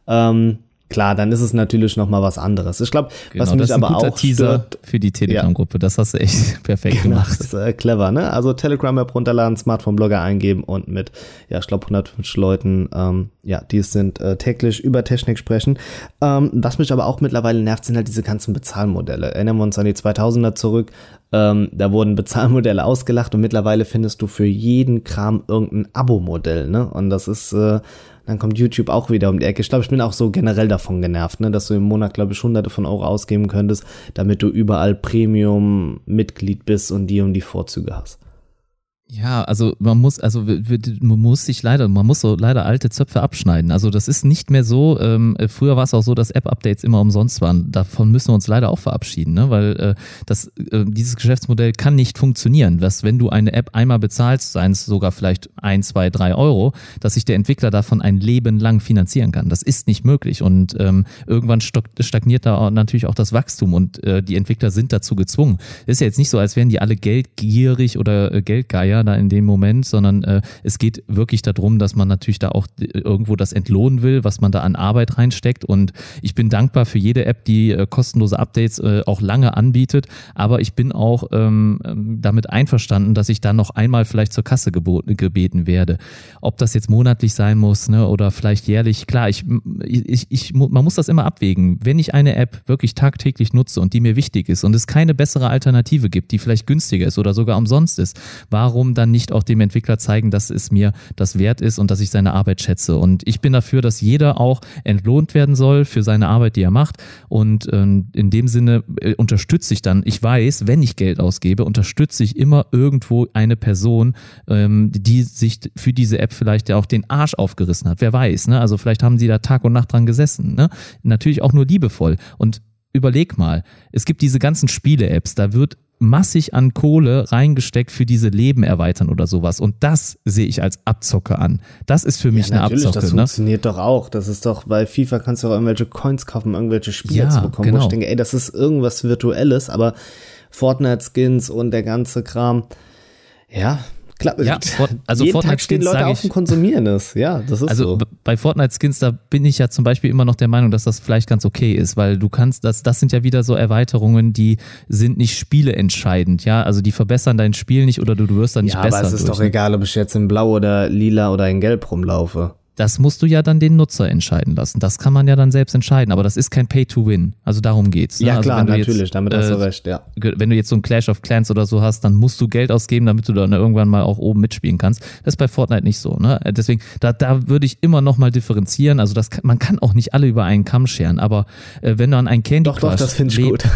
Klar, dann ist es natürlich nochmal was anderes. Ich glaube, was mich aber auch stört, für die Telegram-Gruppe, das hast du echt perfekt gemacht. Das ist clever, ne? Also Telegram-App runterladen, Smartphone-Blogger eingeben und mit, ich glaube 150 Leuten, die es sind, täglich über Technik sprechen. Was mich aber auch mittlerweile nervt, sind halt diese ganzen Bezahlmodelle. Erinnern wir uns an die 2000er zurück, da wurden Bezahlmodelle ausgelacht und mittlerweile findest du für jeden Kram irgendein Abo-Modell, ne? Und das ist, dann kommt YouTube auch wieder um die Ecke. Ich glaube, ich bin auch so generell davon genervt, ne, dass du im Monat, glaube ich, Hunderte von Euro ausgeben könntest, damit du überall Premium-Mitglied bist und die Vorzüge hast. Ja, also man muss so leider alte Zöpfe abschneiden. Also das ist nicht mehr so, früher war es auch so, dass App-Updates immer umsonst waren. Davon müssen wir uns leider auch verabschieden, ne? Weil dieses Geschäftsmodell kann nicht funktionieren, dass wenn du eine App einmal bezahlst, seien es sogar vielleicht 1, 2, 3 Euro, dass sich der Entwickler davon ein Leben lang finanzieren kann. Das ist nicht möglich und irgendwann stagniert da natürlich auch das Wachstum und die Entwickler sind dazu gezwungen. Es ist ja jetzt nicht so, als wären die alle geldgierig oder Geldgeier da in dem Moment, sondern es geht wirklich darum, dass man natürlich da auch irgendwo das entlohnen will, was man da an Arbeit reinsteckt und ich bin dankbar für jede App, die kostenlose Updates auch lange anbietet, aber ich bin auch damit einverstanden, dass ich dann noch einmal vielleicht zur Kasse gebeten werde. Ob das jetzt monatlich sein muss, ne, oder vielleicht jährlich, klar, man muss das immer abwägen. Wenn ich eine App wirklich tagtäglich nutze und die mir wichtig ist und es keine bessere Alternative gibt, die vielleicht günstiger ist oder sogar umsonst ist, warum dann nicht auch dem Entwickler zeigen, dass es mir das wert ist und dass ich seine Arbeit schätze. Und ich bin dafür, dass jeder auch entlohnt werden soll für seine Arbeit, die er macht. Und in dem Sinne unterstütze ich dann, ich weiß, wenn ich Geld ausgebe, unterstütze ich immer irgendwo eine Person, die sich für diese App vielleicht ja auch den Arsch aufgerissen hat. Wer weiß, ne? Also vielleicht haben sie da Tag und Nacht dran gesessen, ne? Natürlich auch nur liebevoll. Und überleg mal, es gibt diese ganzen Spiele-Apps, da wird massig an Kohle reingesteckt für diese Leben erweitern oder sowas. Und das sehe ich als Abzocke an. Das ist für mich eine Abzocke. Das funktioniert doch auch. Das ist doch, bei FIFA kannst du auch irgendwelche Coins kaufen, irgendwelche Spiele zu bekommen. Genau. Wo ich denke, das ist irgendwas Virtuelles, aber Fortnite-Skins und der ganze Kram, ja, Klar, ja, also jeden Fortnite Tag stehen Skins, Leute auf und konsumieren es. Ja, das ist also so. Bei Fortnite Skins, da bin ich ja zum Beispiel immer noch der Meinung, dass das vielleicht ganz okay ist, weil du kannst, das sind ja wieder so Erweiterungen, die sind nicht spieleentscheidend, ja, also die verbessern dein Spiel nicht oder du wirst dann nicht besser. Aber es ist doch egal, ob ich jetzt in Blau oder Lila oder in Gelb rumlaufe. Das musst du ja dann den Nutzer entscheiden lassen. Das kann man ja dann selbst entscheiden, aber das ist kein Pay-to-Win. Also darum geht's. Ne? Ja, also klar, natürlich, damit hast du recht, ja. Wenn du jetzt so ein Clash of Clans oder so hast, dann musst du Geld ausgeben, damit du dann irgendwann mal auch oben mitspielen kannst. Das ist bei Fortnite nicht so. Ne? Deswegen, da würde ich immer noch mal differenzieren. Also man kann auch nicht alle über einen Kamm scheren, aber wenn du an einen Candy Crush... Doch, das finde ich gut.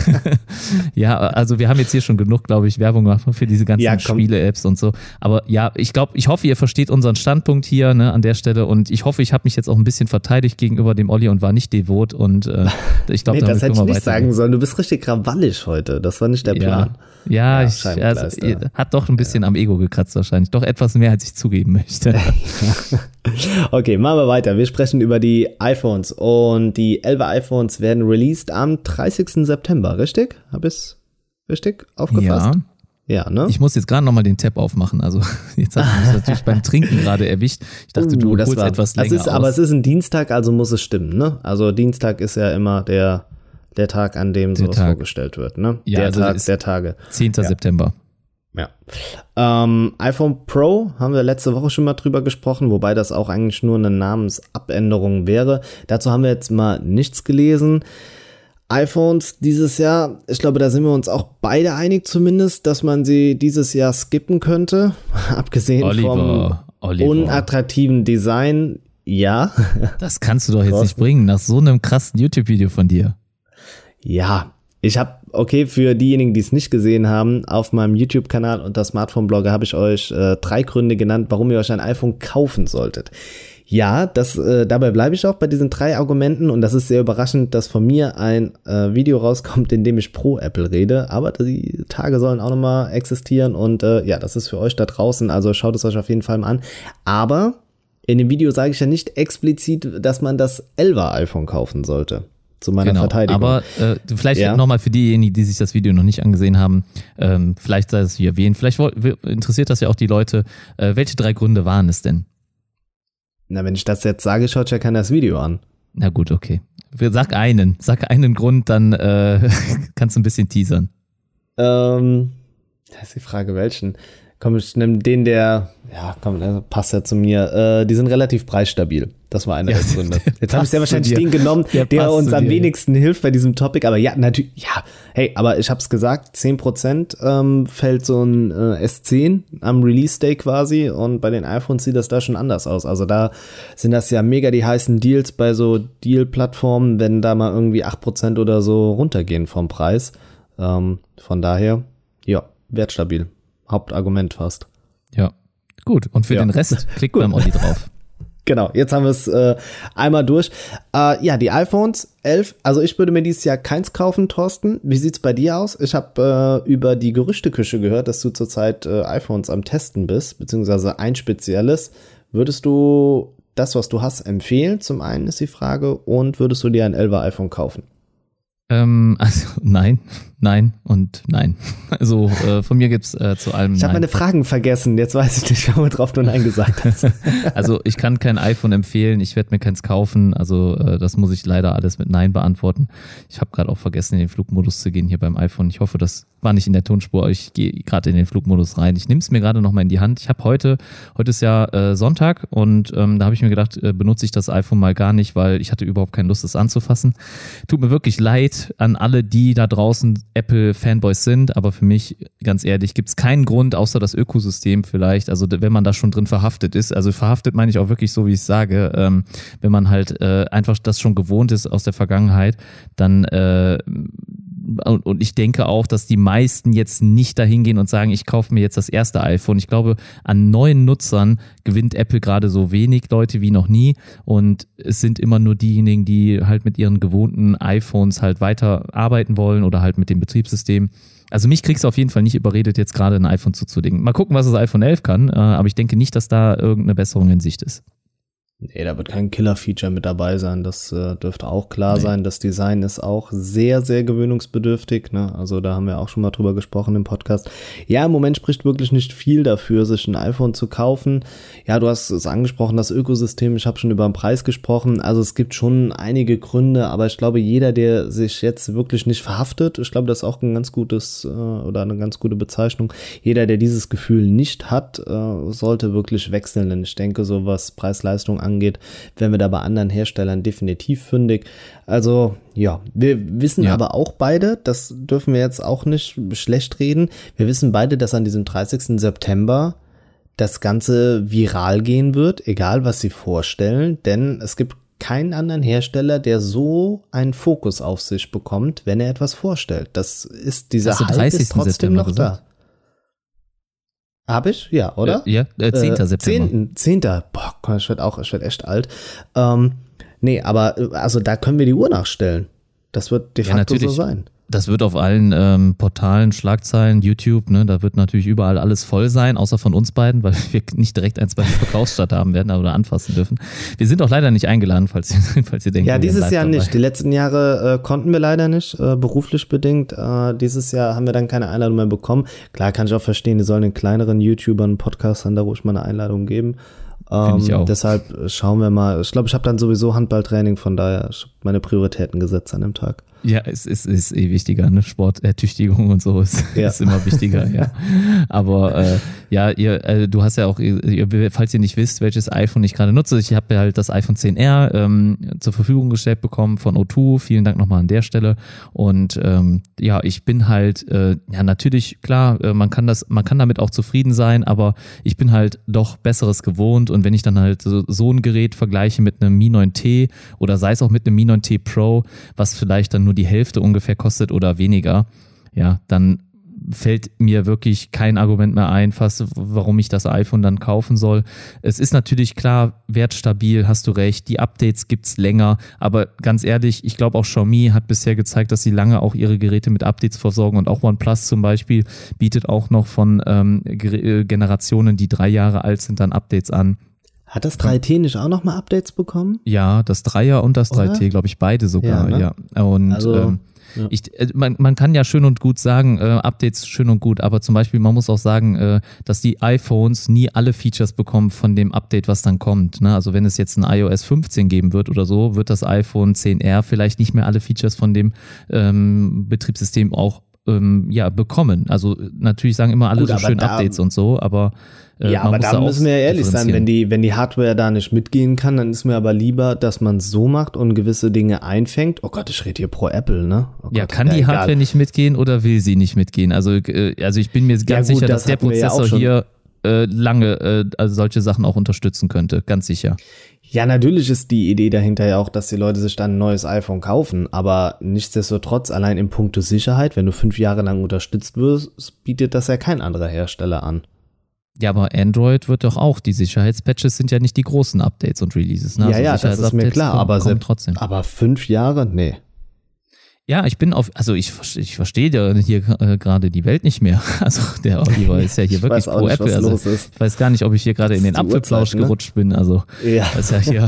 Ja, also wir haben jetzt hier schon genug, glaube ich, Werbung gemacht für diese ganzen Spiele-Apps und so. Aber ja, ich hoffe, ihr versteht unseren Standpunkt hier, ne, an der Stelle, und ich hoffe, ich habe mich jetzt auch ein bisschen verteidigt gegenüber dem Olli und war nicht devot, und ich glaube, das hätte ich nicht sagen sollen. Du bist richtig krawallig heute. Das war nicht der Plan. Ja, hat doch ein bisschen am Ego gekratzt wahrscheinlich. Doch etwas mehr, als ich zugeben möchte. Okay, machen wir weiter. Wir sprechen über die iPhones, und die 11er iPhones werden released am 30. September, richtig? Habe ich es richtig aufgefasst? Ja. Ja, ne? Ich muss jetzt gerade nochmal den Tab aufmachen. Also jetzt hast du mich natürlich beim Trinken gerade erwischt. Ich dachte, du holst etwas länger aus. Aber es ist ein Dienstag, also muss es stimmen, ne? Also Dienstag ist ja immer der Tag, an dem sowas vorgestellt wird, ne? Ja, der also Tag der Tage. 10. September. Ja. iPhone Pro haben wir letzte Woche schon mal drüber gesprochen, wobei das auch eigentlich nur eine Namensabänderung wäre. Dazu haben wir jetzt mal nichts gelesen. iPhones dieses Jahr, ich glaube, da sind wir uns auch beide einig zumindest, dass man sie dieses Jahr skippen könnte. Abgesehen vom unattraktiven Design, ja. Das kannst du doch jetzt nicht bringen, nach so einem krassen YouTube-Video von dir. Ja, ich habe, für diejenigen, die es nicht gesehen haben, auf meinem YouTube-Kanal und der Smartphone-Blogger habe ich euch 3 Gründe genannt, warum ihr euch ein iPhone kaufen solltet. Ja, dabei bleibe ich auch bei diesen 3 Argumenten, und das ist sehr überraschend, dass von mir ein Video rauskommt, in dem ich pro Apple rede, aber die Tage sollen auch nochmal existieren, und das ist für euch da draußen, also schaut es euch auf jeden Fall mal an. Aber in dem Video sage ich ja nicht explizit, dass man das 11er iPhone kaufen sollte. Zu meiner Verteidigung. Aber vielleicht nochmal für diejenigen, die sich das Video noch nicht angesehen haben, vielleicht sei es wie erwähnt, vielleicht interessiert das ja auch die Leute, welche 3 Gründe waren es denn? Na, wenn ich das jetzt sage, schaut ja keiner das Video an. Na gut, okay. Sag einen Grund, dann kannst du ein bisschen teasern. Das ist die Frage, welchen. Komm, ich nehme den, der passt ja zu mir. Die sind relativ preisstabil. Das war einer der Gründe. Jetzt habe ich sehr wahrscheinlich den genommen, der uns am wenigsten hilft bei diesem Topic. Aber ja, natürlich, aber ich habe es gesagt, 10% fällt so ein S10 am Release-Day quasi, und bei den iPhones sieht das da schon anders aus. Also da sind das ja mega die heißen Deals bei so Deal-Plattformen, wenn da mal irgendwie 8% oder so runtergehen vom Preis. Von daher, wertstabil. Hauptargument fast. Ja, gut. Und für den Rest klickt beim Olli drauf. Genau, jetzt haben wir es einmal durch. Die iPhones 11, also ich würde mir dieses Jahr keins kaufen, Thorsten. Wie sieht's bei dir aus? Ich habe über die Gerüchteküche gehört, dass du zurzeit iPhones am Testen bist, beziehungsweise ein spezielles. Würdest du das, was du hast, empfehlen? Zum einen ist die Frage. Und würdest du dir ein 11er iPhone kaufen? Also nein und nein. Also von mir gibt's zu allem Ich habe meine Fragen vergessen, jetzt weiß ich nicht, worauf du Nein gesagt hast. Also ich kann kein iPhone empfehlen, ich werde mir keins kaufen, also das muss ich leider alles mit Nein beantworten. Ich habe gerade auch vergessen, in den Flugmodus zu gehen hier beim iPhone. Ich hoffe, das war nicht in der Tonspur, ich gehe gerade in den Flugmodus rein. Ich nehme es mir gerade nochmal in die Hand. Ich habe heute ist ja Sonntag, und da habe ich mir gedacht, benutze ich das iPhone mal gar nicht, weil ich hatte überhaupt keine Lust, es anzufassen. Tut mir wirklich leid an alle, die da draußen Apple-Fanboys sind, aber für mich, ganz ehrlich, gibt es keinen Grund, außer das Ökosystem vielleicht, also wenn man da schon drin verhaftet ist, also verhaftet meine ich auch wirklich so, wie ich es sage, wenn man halt einfach das schon gewohnt ist aus der Vergangenheit, dann und ich denke auch, dass die meisten jetzt nicht dahin gehen und sagen, ich kaufe mir jetzt das erste iPhone. Ich glaube, an neuen Nutzern gewinnt Apple gerade so wenig Leute wie noch nie, und es sind immer nur diejenigen, die halt mit ihren gewohnten iPhones halt weiter arbeiten wollen oder halt mit dem Betriebssystem. Also mich kriegst du auf jeden Fall nicht überredet, jetzt gerade ein iPhone zuzulegen. Mal gucken, was das iPhone 11 kann, aber ich denke nicht, dass da irgendeine Besserung in Sicht ist. Nee, da wird kein Killer-Feature mit dabei sein. Das dürfte auch klar sein. Das Design ist auch sehr, sehr gewöhnungsbedürftig. Ne? Also da haben wir auch schon mal drüber gesprochen im Podcast. Ja, im Moment spricht wirklich nicht viel dafür, sich ein iPhone zu kaufen. Ja, du hast es angesprochen, das Ökosystem. Ich habe schon über den Preis gesprochen. Also es gibt schon einige Gründe, aber ich glaube, jeder, der sich jetzt wirklich nicht verhaftet, ich glaube, das ist auch ein ganz gutes oder eine ganz gute Bezeichnung. Jeder, der dieses Gefühl nicht hat, sollte wirklich wechseln. Denn ich denke, so was Preis-Leistung angeht, werden wir da bei anderen Herstellern definitiv fündig. Also ja, wir wissen aber auch beide, das dürfen wir jetzt auch nicht schlecht reden, wir wissen beide, dass an diesem 30. September das Ganze viral gehen wird, egal was sie vorstellen, denn es gibt keinen anderen Hersteller, der so einen Fokus auf sich bekommt, wenn er etwas vorstellt. Das ist, dieser Hype ist trotzdem noch da. Hab ich? Ja, oder? Ja, 10. September. 10. Boah, ich werd echt alt. Nee, aber also da können wir die Uhr nachstellen. Das wird de facto so sein. Das wird auf allen Portalen, Schlagzeilen, YouTube, ne, da wird natürlich überall alles voll sein, außer von uns beiden, weil wir nicht direkt eins bei der Verkaufsstadt haben werden oder anfassen dürfen. Wir sind auch leider nicht eingeladen, falls ihr denkt. Ja, dieses Jahr nicht. Die letzten Jahre konnten wir leider nicht, beruflich bedingt. Dieses Jahr haben wir dann keine Einladung mehr bekommen. Klar, kann ich auch verstehen, die sollen den kleineren YouTubern, Podcastern da ruhig mal eine Einladung geben. Ich auch. Deshalb schauen wir mal. Ich glaube, ich habe dann sowieso Handballtraining, von daher meine Prioritäten gesetzt an dem Tag. Ja, es ist eh wichtiger, ne? Sportertüchtigung und so ist immer wichtiger, ja. Aber du hast ja auch, falls ihr nicht wisst, welches iPhone ich gerade nutze, ich habe ja halt das iPhone XR zur Verfügung gestellt bekommen von O2. Vielen Dank nochmal an der Stelle. Und ich bin halt, natürlich, klar, man kann damit auch zufrieden sein, aber ich bin halt doch Besseres gewohnt. Und wenn ich dann halt so ein Gerät vergleiche mit einem Mi 9T oder sei es auch mit einem Mi 9T Pro, was vielleicht dann nur die Hälfte ungefähr kostet oder weniger, ja, dann fällt mir wirklich kein Argument mehr ein, fast, warum ich das iPhone dann kaufen soll. Es ist natürlich klar, wertstabil, hast du recht, die Updates gibt's länger, aber ganz ehrlich, ich glaube auch Xiaomi hat bisher gezeigt, dass sie lange auch ihre Geräte mit Updates versorgen und auch OnePlus zum Beispiel bietet auch noch von Generationen, die 3 Jahre alt sind, dann Updates an. Hat das 3T nicht auch nochmal Updates bekommen? Ja, das 3er und das 3T, glaube ich, beide sogar, ja. Und also, man kann ja schön und gut sagen, Updates schön und gut, aber zum Beispiel, man muss auch sagen, dass die iPhones nie alle Features bekommen von dem Update, was dann kommt. Ne? Also wenn es jetzt ein iOS 15 geben wird oder so, wird das iPhone 10R vielleicht nicht mehr alle Features von dem Betriebssystem auch bekommen. Also natürlich sagen immer alle gut, so schön Updates und so, aber aber da müssen wir ja ehrlich sein, wenn die Hardware da nicht mitgehen kann, dann ist mir aber lieber, dass man es so macht und gewisse Dinge einfängt. Oh Gott, ich rede hier pro Apple, ne? Oh Gott, kann die Hardware nicht mitgehen oder will sie nicht mitgehen? Also ich bin mir ganz sicher, dass der Prozessor hier lange solche Sachen auch unterstützen könnte, ganz sicher. Ja, natürlich ist die Idee dahinter ja auch, dass die Leute sich dann ein neues iPhone kaufen, aber nichtsdestotrotz, allein in puncto Sicherheit, wenn du 5 Jahre lang unterstützt wirst, bietet das ja kein anderer Hersteller an. Ja, aber Android wird doch auch, die Sicherheitspatches sind ja nicht die großen Updates und Releases. Ne? Ja, das ist mir klar, aber trotzdem. Aber 5 Jahre? Nee. Ja, ich verstehe ja hier gerade die Welt nicht mehr. Also der Oliver ist ja hier wirklich pro Apple. Also ich weiß gar nicht, ob ich hier gerade in den Apfelplausch gerutscht bin. Also das ist ja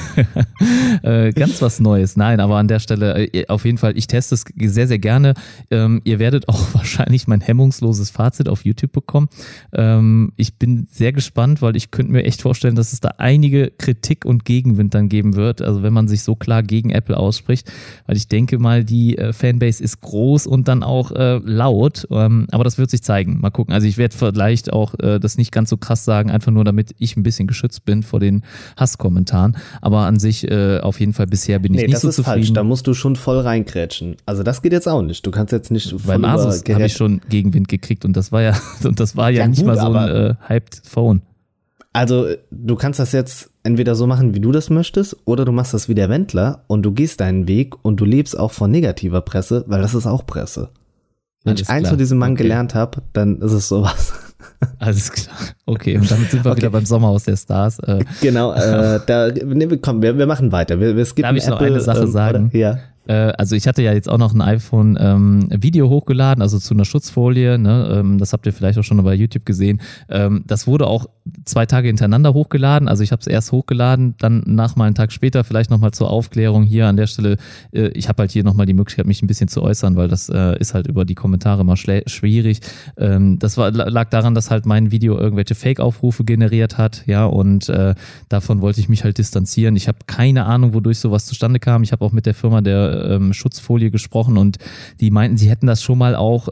hier ganz was Neues. Nein, aber an der Stelle auf jeden Fall, ich teste es sehr, sehr gerne. Ihr werdet auch wahrscheinlich mein hemmungsloses Fazit auf YouTube bekommen. Ich bin sehr gespannt, weil ich könnte mir echt vorstellen, dass es da einige Kritik und Gegenwind dann geben wird. Also wenn man sich so klar gegen Apple ausspricht, weil ich denke mal, die Fanbase ist groß und dann auch laut, aber das wird sich zeigen. Mal gucken. Also ich werde vielleicht auch das nicht ganz so krass sagen, einfach nur damit ich ein bisschen geschützt bin vor den Hasskommentaren, aber an sich auf jeden Fall bisher bin ich nicht so zufrieden. Das ist falsch, da musst du schon voll reinkrätschen. Also das geht jetzt auch nicht. Du kannst jetzt nicht voll beim Asus habe ich schon Gegenwind gekriegt und das war ja nicht gut, mal so ein hyped Phone. Also du kannst das jetzt entweder so machen, wie du das möchtest, oder du machst das wie der Wendler und du gehst deinen Weg und du lebst auch von negativer Presse, weil das ist auch Presse. Wenn ich eins von diesem Mann gelernt habe, dann ist es sowas. Alles klar. Okay, und damit sind wir wieder beim Sommerhaus der Stars. Genau, wir machen weiter. Wir skippen Darf ich noch Apple, eine Sache sagen? Oder? Ja. Also ich hatte ja jetzt auch noch ein iPhone-Video hochgeladen, also zu einer Schutzfolie, ne? Das habt ihr vielleicht auch schon bei YouTube gesehen. Das wurde auch 2 Tage hintereinander hochgeladen, also ich habe es erst hochgeladen, dann mal einen Tag später vielleicht nochmal zur Aufklärung hier an der Stelle. Ich habe halt hier nochmal die Möglichkeit, mich ein bisschen zu äußern, weil das ist halt über die Kommentare mal schwierig. Das lag daran, dass halt mein Video irgendwelche Fake-Aufrufe generiert hat, ja, und davon wollte ich mich halt distanzieren. Ich habe keine Ahnung, wodurch sowas zustande kam. Ich habe auch mit der Firma der Schutzfolie gesprochen und die meinten, sie hätten das schon mal auch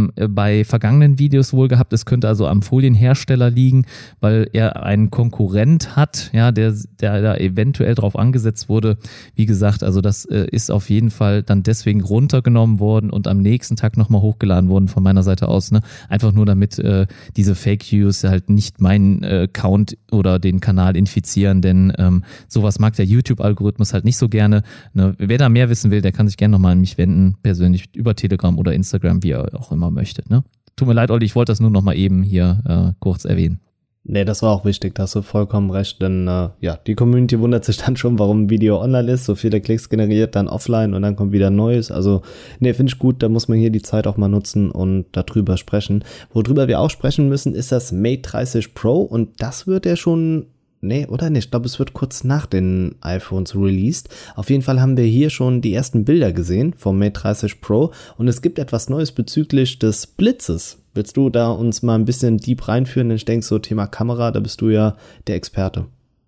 bei vergangenen Videos wohl gehabt. Es könnte also am Folienhersteller liegen, weil er einen Konkurrent hat, ja, der da eventuell drauf angesetzt wurde. Wie gesagt, also das ist auf jeden Fall dann deswegen runtergenommen worden und am nächsten Tag nochmal hochgeladen worden von meiner Seite aus. Ne? Einfach nur, damit diese Fake News halt nicht meinen Account oder den Kanal infizieren, denn sowas mag der YouTube-Algorithmus halt nicht so gerne. Ne? Wer da mehr wissen will, der kann sich gerne nochmal an mich wenden, persönlich über Telegram oder Instagram, wie er auch immer möchte. Ne? Tut mir leid, Olli, ich wollte das nur nochmal eben hier kurz erwähnen. Nee, das war auch wichtig, da hast du vollkommen recht, denn die Community wundert sich dann schon, warum ein Video online ist, so viele Klicks generiert, dann offline und dann kommt wieder Neues. Also, nee, finde ich gut, da muss man hier die Zeit auch mal nutzen und darüber sprechen. Worüber wir auch sprechen müssen, ist das Mate 30 Pro und das wird ja schon... Nee, oder nicht? Ich glaube, es wird kurz nach den iPhones released. Auf jeden Fall haben wir hier schon die ersten Bilder gesehen vom Mate 30 Pro und es gibt etwas Neues bezüglich des Blitzes. Willst du da uns mal ein bisschen deep reinführen? Denn ich denke, so Thema Kamera, da bist du ja der Experte.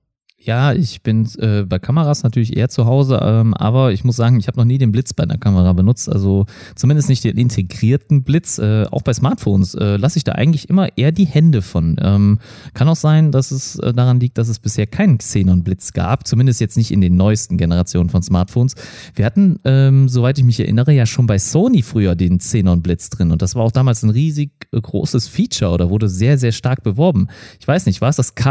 Ja, ich bin bei Kameras natürlich eher zu Hause, aber ich muss sagen, ich habe noch nie den Blitz bei einer Kamera benutzt, also zumindest nicht den integrierten Blitz. Auch bei Smartphones lasse ich da eigentlich immer eher die Hände von. Kann auch sein, dass es daran liegt, dass es bisher keinen Xenon-Blitz gab, zumindest jetzt nicht in den neuesten Generationen von Smartphones. Wir hatten, soweit ich mich erinnere, ja schon bei Sony früher den Xenon-Blitz drin und das war auch damals ein riesig großes Feature oder wurde sehr, sehr stark beworben. Ich weiß nicht, war es das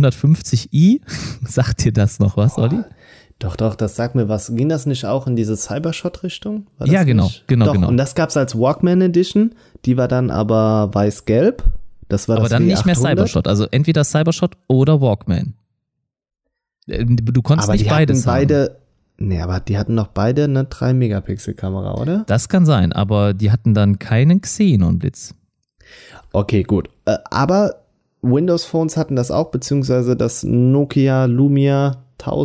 K750i? Sagt dir das noch was, Olli? Doch, das sagt mir was. Ging das nicht auch in diese Cybershot-Richtung? Ja, genau. Und das gab es als Walkman Edition, die war dann aber weiß-gelb. Das war aber das dann W800. Nicht mehr Cybershot, also entweder Cybershot oder Walkman. Du konntest aber nicht beides haben. Nee, aber die hatten doch beide eine 3-Megapixel-Kamera, oder? Das kann sein, aber die hatten dann keinen Xenon-Blitz. Okay, gut. Aber Windows-Phones hatten das auch, beziehungsweise das Nokia Lumia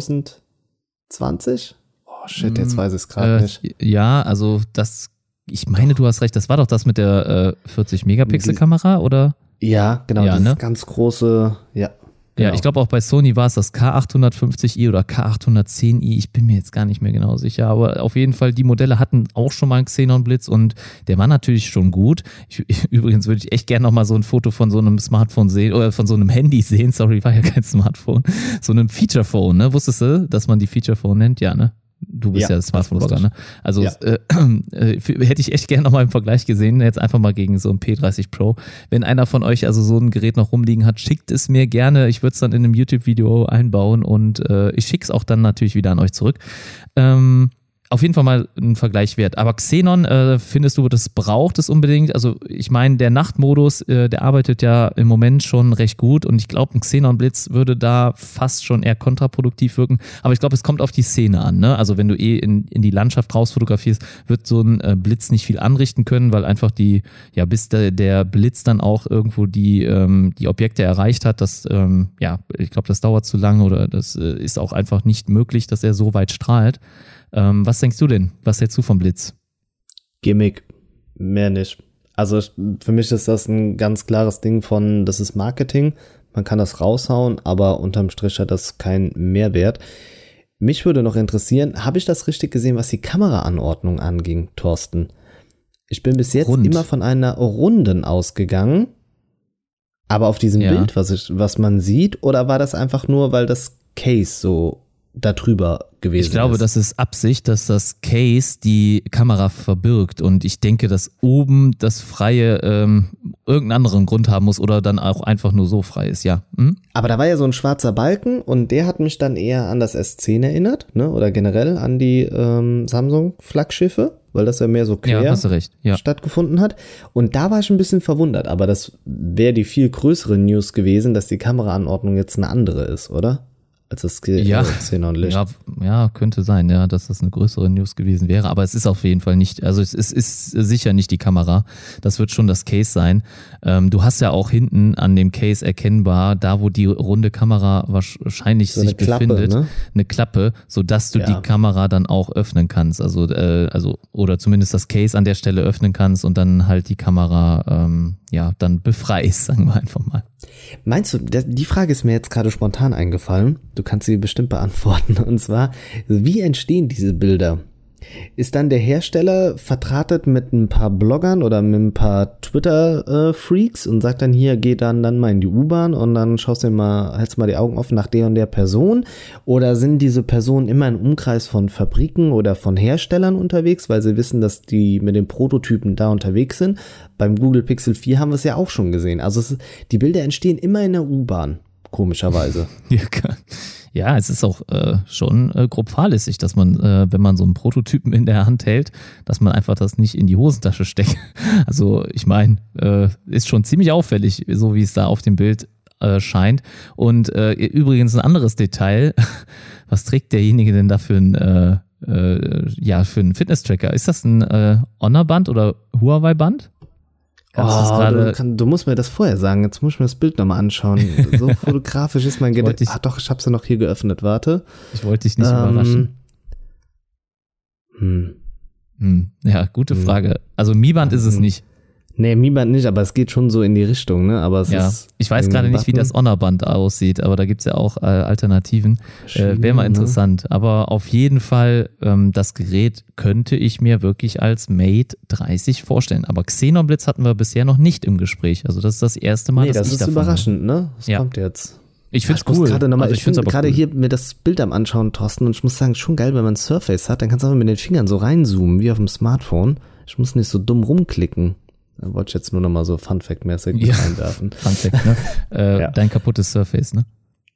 1020? Oh shit, jetzt weiß ich es gerade nicht. Ja, also ich meine, du hast recht, das war doch das mit der 40-Megapixel-Kamera, oder? Ja, genau, ja, dieses ganz große, ja. Genau. Ja, ich glaube auch bei Sony war es das K850i oder K810i, ich bin mir jetzt gar nicht mehr genau sicher, aber auf jeden Fall, die Modelle hatten auch schon mal einen Xenon-Blitz und der war natürlich schon gut. Übrigens würde ich echt gerne nochmal so ein Foto von so einem Smartphone sehen, oder von so einem Handy sehen, sorry, war ja kein Smartphone, so einem Feature-Phone, ne? Wusstest du, dass man die Feature-Phone nennt? Ja, ne? Du bist ja Smartphone-Blogger, ne? Also hätte ich echt gerne nochmal im Vergleich gesehen, jetzt einfach mal gegen so ein P30 Pro. Wenn einer von euch also so ein Gerät noch rumliegen hat, schickt es mir gerne. Ich würde es dann in einem YouTube-Video einbauen und ich schicke es auch dann natürlich wieder an euch zurück. Auf jeden Fall mal ein Vergleich wert. Aber Xenon, findest du, das braucht es unbedingt? Also ich meine, der Nachtmodus, der arbeitet ja im Moment schon recht gut und ich glaube, ein Xenon-Blitz würde da fast schon eher kontraproduktiv wirken. Aber ich glaube, es kommt auf die Szene an, ne? Also wenn du in die Landschaft rausfotografierst, wird so ein Blitz nicht viel anrichten können, weil einfach bis der Blitz dann auch irgendwo die Objekte erreicht hat, ich glaube, das dauert zu lange oder das ist auch einfach nicht möglich, dass er so weit strahlt. Was denkst du denn? Was hältst du vom Blitz? Gimmick, mehr nicht. Also für mich ist das ein ganz klares Ding das ist Marketing. Man kann das raushauen, aber unterm Strich hat das keinen Mehrwert. Mich würde noch interessieren, habe ich das richtig gesehen, was die Kameraanordnung anging, Thorsten? Ich bin bis jetzt immer von einer runden ausgegangen, aber auf diesem Bild, was man sieht, oder war das einfach nur, weil das Case so darüber gewesen ist? Ich glaube, das ist Absicht, dass das Case die Kamera verbirgt und ich denke, dass oben das freie irgendeinen anderen Grund haben muss oder dann auch einfach nur so frei ist, ja. Hm? Aber da war ja so ein schwarzer Balken und der hat mich dann eher an das S10 erinnert, ne? Oder generell an die Samsung-Flaggschiffe, weil das ja mehr so quer hast du recht. Ja. stattgefunden hat. Und da war ich ein bisschen verwundert, aber das wäre die viel größere News gewesen, dass die Kameraanordnung jetzt eine andere ist, oder? Als das Xenon Licht. Ja, könnte sein, ja, dass das eine größere News gewesen wäre, aber es ist auf jeden Fall nicht, also es ist sicher nicht die Kamera, das wird schon das Case sein. Du hast ja auch hinten an dem Case erkennbar, da wo die runde Kamera wahrscheinlich so sich befindet, ne? Eine Klappe, sodass du die Kamera dann auch öffnen kannst, also oder zumindest das Case an der Stelle öffnen kannst und dann halt die Kamera dann befreist, sagen wir einfach mal. Meinst du, die Frage ist mir jetzt gerade spontan eingefallen, du kannst sie bestimmt beantworten, und zwar, wie entstehen diese Bilder? Ist dann der Hersteller vertratet mit ein paar Bloggern oder mit ein paar Twitter-Freaks und sagt dann hier, geh dann mal in die U-Bahn und dann hältst du mal die Augen offen nach der und der Person? Oder sind diese Personen immer im Umkreis von Fabriken oder von Herstellern unterwegs, weil sie wissen, dass die mit den Prototypen da unterwegs sind? Beim Google Pixel 4 haben wir es ja auch schon gesehen. Also die Bilder entstehen immer in der U-Bahn, komischerweise. Ja, es ist auch schon grob fahrlässig, dass man, wenn man so einen Prototypen in der Hand hält, dass man einfach das nicht in die Hosentasche steckt. Also ich meine, ist schon ziemlich auffällig, so wie es da auf dem Bild scheint. Und übrigens ein anderes Detail, was trägt derjenige denn da für einen Fitness-Tracker? Ist das ein Honor-Band oder Huawei-Band? Du musst mir das vorher sagen, jetzt muss ich mir das Bild nochmal anschauen. So fotografisch ist mein Gedächtnis. Doch, ich habe sie noch hier geöffnet, warte. Ich wollte dich nicht überraschen. Ja, gute Frage. Also Mi-Band ist es nicht. Nee, Mi-Band nicht, aber es geht schon so in die Richtung, ne? Aber ich weiß gerade nicht, wie das Honor-Band aussieht, aber da gibt es ja auch Alternativen. Wäre mal interessant. Aber auf jeden Fall, das Gerät könnte ich mir wirklich als Mate 30 vorstellen. Aber Xenon Blitz hatten wir bisher noch nicht im Gespräch. Also das ist das erste Mal, dass ich davon überraschend, ne? Das kommt jetzt. Ich finde es cool. Ich bin gerade hier mir das Bild am Anschauen, Thorsten, und ich muss sagen, schon geil, wenn man ein Surface hat, dann kannst du einfach mit den Fingern so reinzoomen, wie auf dem Smartphone. Ich muss nicht so dumm rumklicken. Da wollte ich jetzt nur noch mal so Fun-Fact-mäßig einwerfen. Fun-Fact, ne? Dein kaputtes Surface, ne?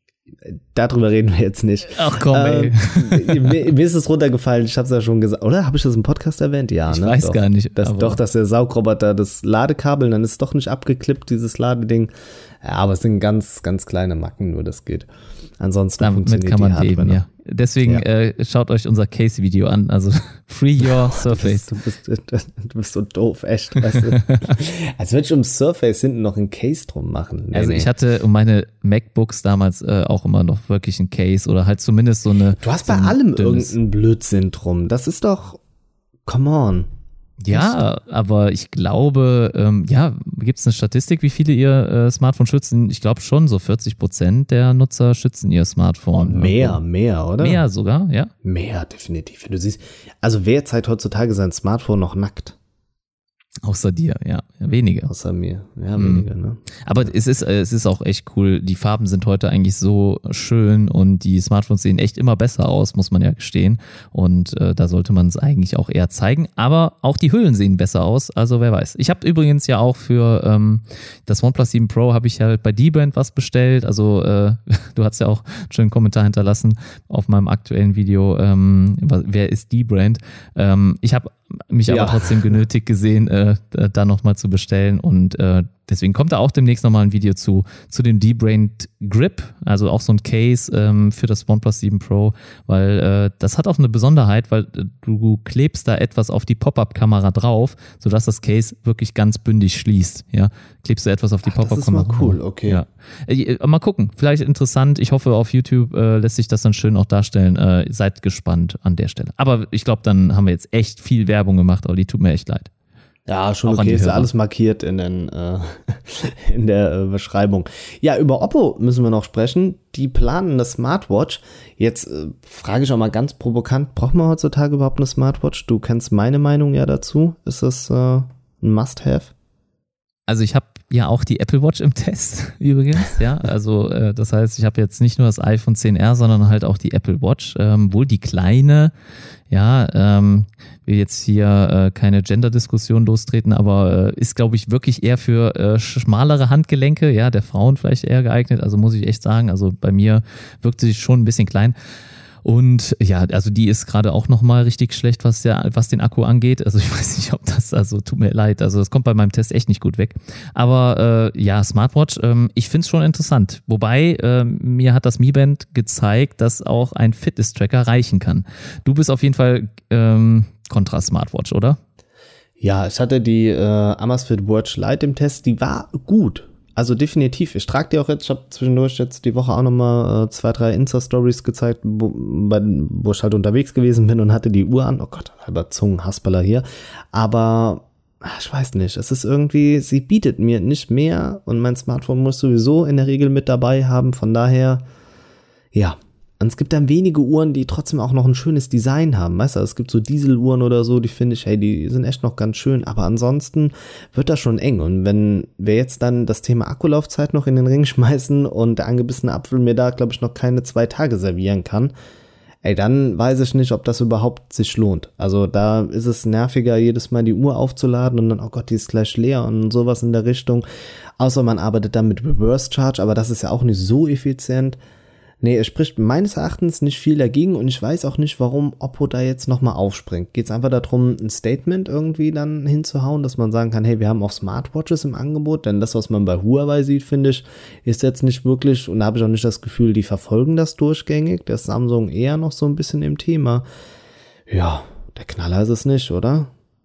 Darüber reden wir jetzt nicht. Ach komm, ey. Mir ist es runtergefallen, ich habe es ja schon gesagt. Oder habe ich das im Podcast erwähnt? Ja, ich weiß gar nicht. Dass der Saugroboter das Ladekabel, dann ist es doch nicht abgeklippt, dieses Ladeding. Ja, aber es sind ganz, ganz kleine Macken, nur das geht. Ansonsten damit kann man leben, ja. Deswegen schaut euch unser Case-Video an, also Free Your Surface. Du bist so doof, echt, weißt du. Als würde ich um Surface hinten noch ein Case drum machen. Nee. Ich hatte um meine MacBooks damals auch immer noch wirklich ein Case oder halt zumindest so eine. Du hast bei allem irgendeinen Blödsinn drum. Das ist doch, come on. Ja, aber ich glaube, gibt es eine Statistik, wie viele ihr Smartphone schützen? Ich glaube schon, so 40% der Nutzer schützen ihr Smartphone. Mehr, oder? Mehr sogar, ja? Mehr, definitiv. Wenn du siehst, also wer zeigt heutzutage sein Smartphone noch nackt? Außer dir, ja. Wenige. Außer mir, ja, wenige, ne? Aber es ist auch echt cool. Die Farben sind heute eigentlich so schön und die Smartphones sehen echt immer besser aus, muss man ja gestehen. Und da sollte man es eigentlich auch eher zeigen. Aber auch die Hüllen sehen besser aus, also wer weiß. Ich habe übrigens ja auch für das OnePlus 7 Pro habe ich halt bei D-Brand was bestellt. Also du hast ja auch einen schönen Kommentar hinterlassen auf meinem aktuellen Video. Wer ist D-Brand? Ich habe mich aber trotzdem genötigt gesehen, da nochmal zu bestellen und deswegen kommt da auch demnächst nochmal ein Video zu dem D-Brand Grip, also auch so ein Case für das OnePlus 7 Pro, weil das hat auch eine Besonderheit, weil du klebst da etwas auf die Pop-Up-Kamera drauf, sodass das Case wirklich ganz bündig schließt, ja. Klebst du etwas auf die Pop-Up-Kamera. Das ist mal cool, okay. Ja. Mal gucken, vielleicht interessant, ich hoffe auf YouTube lässt sich das dann schön auch darstellen, seid gespannt an der Stelle. Aber ich glaube, dann haben wir jetzt echt viel Werbung gemacht, Olli, tut mir echt leid. Ja, schon okay, ist ja alles markiert in der Beschreibung. Ja, über Oppo müssen wir noch sprechen. Die planen eine Smartwatch. Jetzt frage ich auch mal ganz provokant, braucht man heutzutage überhaupt eine Smartwatch? Du kennst meine Meinung ja dazu. Ist das ein Must-Have? Also ich habe ja auch die Apple Watch im Test übrigens, ja, also das heißt, ich habe jetzt nicht nur das iPhone 10R, sondern halt auch die Apple Watch, wohl die kleine, ja, will jetzt hier keine Gender-Diskussion lostreten, aber ist, glaube ich, wirklich eher für schmalere Handgelenke, ja, der Frauen vielleicht eher geeignet, also muss ich echt sagen, also bei mir wirkt sie schon ein bisschen klein. Und ja, also die ist gerade auch nochmal richtig schlecht, was den Akku angeht. Also ich weiß nicht, ob das, also tut mir leid, also das kommt bei meinem Test echt nicht gut weg. Aber ja, Smartwatch, ich finde es schon interessant. Wobei, mir hat das Mi Band gezeigt, dass auch ein Fitness-Tracker reichen kann. Du bist auf jeden Fall kontra Smartwatch, oder? Ja, ich hatte die Amazfit Watch Lite im Test, die war gut. Also definitiv. Ich trage die auch jetzt. Ich habe zwischendurch jetzt die Woche auch nochmal 2-3 Insta-Stories gezeigt, wo ich halt unterwegs gewesen bin und hatte die Uhr an. Oh Gott, halber Zungenhasperler hier. Aber ich weiß nicht. Es ist irgendwie, sie bietet mir nicht mehr und mein Smartphone muss sowieso in der Regel mit dabei haben. Von daher, ja. Und es gibt dann wenige Uhren, die trotzdem auch noch ein schönes Design haben, weißt du, es gibt so Dieseluhren oder so, die finde ich, hey, die sind echt noch ganz schön, aber ansonsten wird das schon eng und wenn wir jetzt dann das Thema Akkulaufzeit noch in den Ring schmeißen und der angebissene Apfel mir da, glaube ich, noch keine 2 Tage servieren kann, ey, dann weiß ich nicht, ob das überhaupt sich lohnt. Also da ist es nerviger, jedes Mal die Uhr aufzuladen und dann, oh Gott, die ist gleich leer und sowas in der Richtung, außer man arbeitet dann mit Reverse Charge, aber das ist ja auch nicht so effizient. Nee, es spricht meines Erachtens nicht viel dagegen und ich weiß auch nicht, warum Oppo da jetzt nochmal aufspringt. Geht es einfach darum, ein Statement irgendwie dann hinzuhauen, dass man sagen kann, hey, wir haben auch Smartwatches im Angebot, denn das, was man bei Huawei sieht, finde ich, ist jetzt nicht wirklich, und da habe ich auch nicht das Gefühl, die verfolgen das durchgängig, der Samsung eher noch so ein bisschen im Thema. Ja, der Knaller ist es nicht, oder?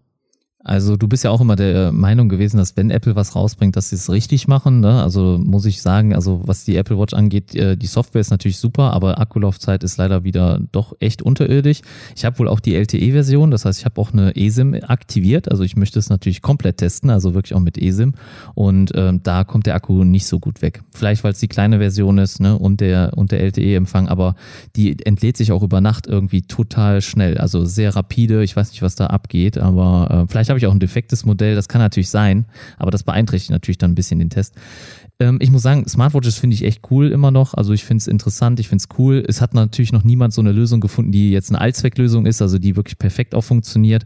Also du bist ja auch immer der Meinung gewesen, dass wenn Apple was rausbringt, dass sie es richtig machen, ne? Also muss ich sagen, also was die Apple Watch angeht, die Software ist natürlich super, aber Akkulaufzeit ist leider wieder doch echt unterirdisch. Ich habe wohl auch die LTE-Version, das heißt, ich habe auch eine eSIM aktiviert, also ich möchte es natürlich komplett testen, also wirklich auch mit eSIM und da kommt der Akku nicht so gut weg. Vielleicht, weil es die kleine Version ist, ne? und der LTE-Empfang, aber die entlädt sich auch über Nacht irgendwie total schnell, also sehr rapide, ich weiß nicht, was da abgeht, aber vielleicht habe ich auch ein defektes Modell, das kann natürlich sein, aber das beeinträchtigt natürlich dann ein bisschen den Test. Ich muss sagen, Smartwatches finde ich echt cool immer noch, also ich finde es interessant, ich finde es cool. Es hat natürlich noch niemand so eine Lösung gefunden, die jetzt eine Allzwecklösung ist, also die wirklich perfekt auch funktioniert.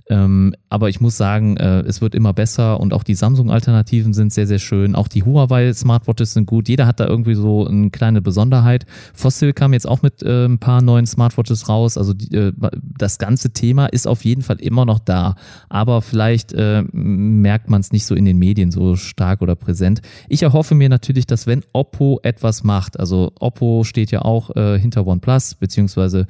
Aber ich muss sagen, es wird immer besser und auch die Samsung-Alternativen sind sehr, sehr schön. Auch die Huawei-Smartwatches sind gut. Jeder hat da irgendwie so eine kleine Besonderheit. Fossil kam jetzt auch mit ein paar neuen Smartwatches raus. Also das ganze Thema ist auf jeden Fall immer noch da. Aber vielleicht merkt man es nicht so in den Medien so stark oder präsent. Ich erhoffe mir natürlich, dass wenn Oppo etwas macht, also Oppo steht ja auch hinter OnePlus, beziehungsweise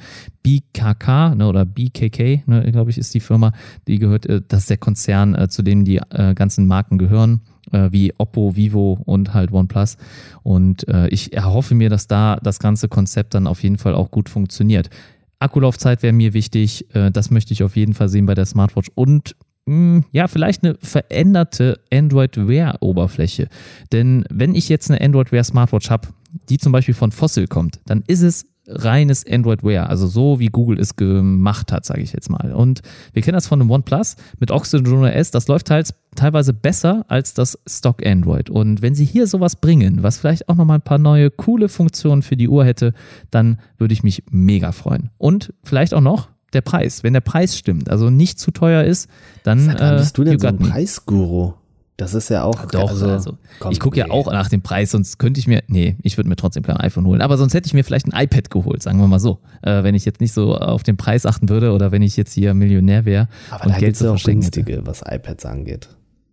BKK, ne, oder BKK, ne, glaube ich, ist die Firma, die gehört, das ist der Konzern, zu dem die ganzen Marken gehören, wie Oppo, Vivo und halt OnePlus. Und ich erhoffe mir, dass da das ganze Konzept dann auf jeden Fall auch gut funktioniert. Akkulaufzeit wäre mir wichtig, das möchte ich auf jeden Fall sehen bei der Smartwatch und ja, vielleicht eine veränderte Android-Wear-Oberfläche. Denn wenn ich jetzt eine Android-Wear-Smartwatch habe, die zum Beispiel von Fossil kommt, dann ist es reines Android Wear, also so wie Google es gemacht hat, sage ich jetzt mal. Und wir kennen das von dem OnePlus mit Oxygen OS, das läuft teilweise besser als das Stock Android. Und wenn sie hier sowas bringen, was vielleicht auch nochmal ein paar neue coole Funktionen für die Uhr hätte, dann würde ich mich mega freuen. Und vielleicht auch noch der Preis, wenn der Preis stimmt, also nicht zu teuer ist, dann bist du denn so ein Preisguru? Das ist ja auch... Doch, also ich gucke ja auch nach dem Preis, sonst könnte ich ich würde mir trotzdem kein iPhone holen, aber sonst hätte ich mir vielleicht ein iPad geholt, sagen wir mal so, wenn ich jetzt nicht so auf den Preis achten würde oder wenn ich jetzt hier Millionär wäre und Geld zu verschenken hätte. Aber da günstige, was iPads angeht.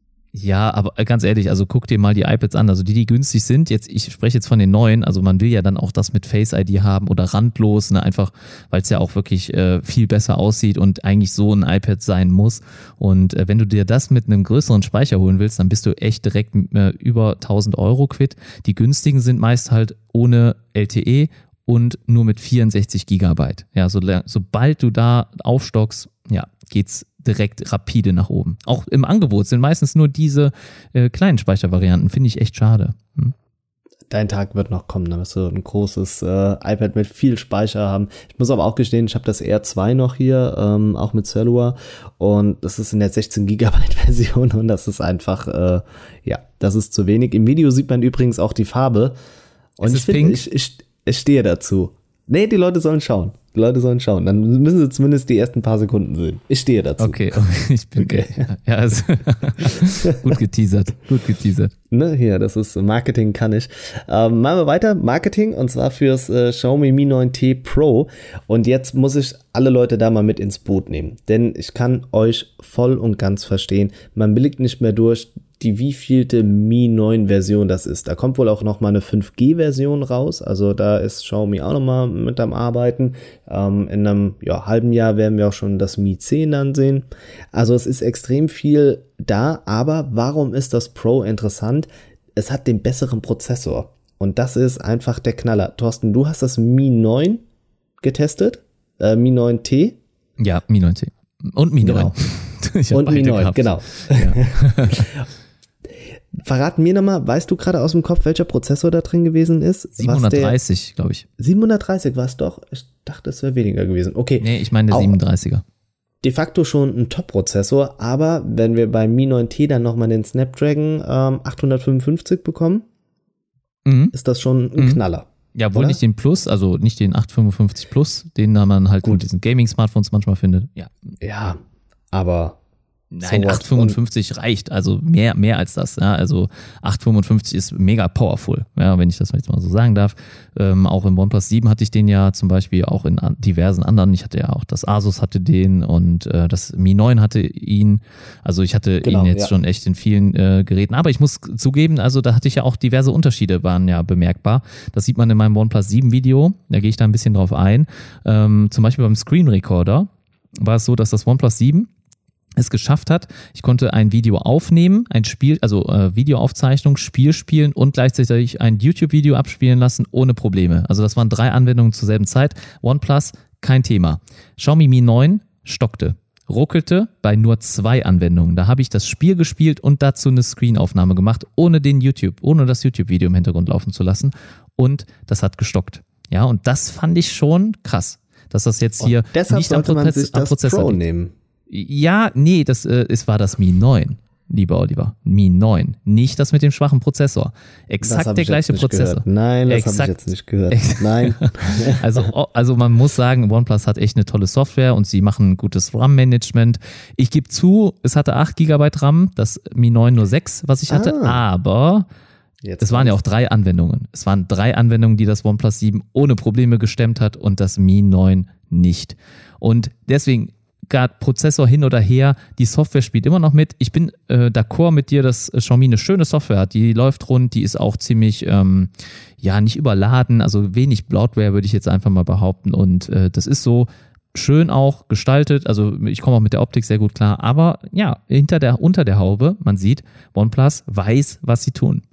Ja, aber ganz ehrlich, also guck dir mal die iPads an, also die günstig sind, ich spreche jetzt von den neuen, also man will ja dann auch das mit Face ID haben oder randlos, ne, einfach, weil es ja auch wirklich viel besser aussieht und eigentlich so ein iPad sein muss und wenn du dir das mit einem größeren Speicher holen willst, dann bist du echt direkt über 1.000 Euro quitt. Die günstigen sind meist halt ohne LTE und nur mit 64 Gigabyte. Ja, sobald du da aufstockst, ja, geht's direkt rapide nach oben. Auch im Angebot sind meistens nur diese kleinen Speichervarianten. Finde ich echt schade. Dein Tag wird noch kommen, da wirst du ein großes iPad mit viel Speicher haben. Ich muss aber auch gestehen, ich habe das R2 noch hier, auch mit Cellua und das ist in der 16 Gigabyte Version und das ist einfach, das ist zu wenig. Im Video sieht man übrigens auch die Farbe und ich finde, ich stehe dazu. Nee, die Leute sollen schauen. Die Leute sollen schauen. Dann müssen sie zumindest die ersten paar Sekunden sehen. Ich stehe dazu. Okay, ich bin okay. Ja, also gut geteasert. Ne, hier, das ist Marketing, kann ich. Machen wir weiter. Marketing, und zwar fürs Xiaomi Mi 9T Pro. Und jetzt muss ich alle Leute da mal mit ins Boot nehmen. Denn ich kann euch voll und ganz verstehen. Man blickt nicht mehr durch, die wievielte Mi 9 Version das ist. Da kommt wohl auch noch mal eine 5G Version raus, also da ist Xiaomi auch noch mal mit am Arbeiten. In einem halben Jahr werden wir auch schon das Mi 10 dann sehen. Also es ist extrem viel da, aber warum ist das Pro interessant? Es hat den besseren Prozessor und das ist einfach der Knaller. Thorsten, du hast das Mi 9 getestet? Mi 9T? Ja, Mi 9T. Und Mi 9. Genau. Und Mi 9, genau. Ja. Verrat mir nochmal, weißt du gerade aus dem Kopf, welcher Prozessor da drin gewesen ist? 730, glaube ich. 730 war es doch? Ich dachte, es wäre weniger gewesen. Okay. Nee, ich meine der 37er. De facto schon ein Top-Prozessor, aber wenn wir beim Mi 9T dann nochmal den Snapdragon 855 bekommen, ist das schon ein Knaller. Ja, wohl nicht den Plus, also nicht den 855 Plus, den man halt mit diesen Gaming-Smartphones manchmal findet. Ja, aber... Nein, 855 reicht, also mehr als das. Ja, also 855 ist mega powerful, ja, wenn ich das jetzt mal so sagen darf. Auch im OnePlus 7 hatte ich den ja zum Beispiel auch in diversen anderen. Ich hatte ja auch das Asus hatte den und das Mi 9 hatte ihn. Also ich hatte ihn jetzt schon echt in vielen Geräten. Aber ich muss zugeben, also da hatte ich ja auch diverse Unterschiede, waren ja bemerkbar. Das sieht man in meinem OnePlus 7 Video. Da gehe ich da ein bisschen drauf ein. Zum Beispiel beim Screen Recorder war es so, dass das OnePlus 7 es geschafft hat, ich konnte ein Video aufnehmen, ein Spiel, also Videoaufzeichnung, Spiel spielen und gleichzeitig ein YouTube-Video abspielen lassen ohne Probleme. Also das waren 3 Anwendungen zur selben Zeit. OnePlus, kein Thema. Xiaomi Mi 9 stockte, ruckelte bei nur 2 Anwendungen. Da habe ich das Spiel gespielt und dazu eine Screenaufnahme gemacht, ohne das YouTube-Video im Hintergrund laufen zu lassen. Und das hat gestockt. Ja, und das fand ich schon krass, dass das jetzt hier nicht am Prozessor Pro nehmen. Ja, nee, es war das Mi 9, lieber Oliver. Mi 9, nicht das mit dem schwachen Prozessor. Exakt der gleiche Prozessor. Nein, das habe ich jetzt nicht gehört. Nein. Also man muss sagen, OnePlus hat echt eine tolle Software und sie machen ein gutes RAM-Management. Ich gebe zu, es hatte 8 GB RAM, das Mi 9 nur 6, was ich hatte, aber es waren ja auch 3 Anwendungen. Es waren 3 Anwendungen, die das OnePlus 7 ohne Probleme gestemmt hat und das Mi 9 nicht. Und deswegen Prozessor hin oder her, die Software spielt immer noch mit. Ich bin d'accord mit dir, dass Xiaomi eine schöne Software hat. Die läuft rund, die ist auch ziemlich, nicht überladen, also wenig Bloatware würde ich jetzt einfach mal behaupten. Und das ist so schön auch gestaltet. Also ich komme auch mit der Optik sehr gut klar. Aber ja, unter der Haube, man sieht, OnePlus weiß, was sie tun.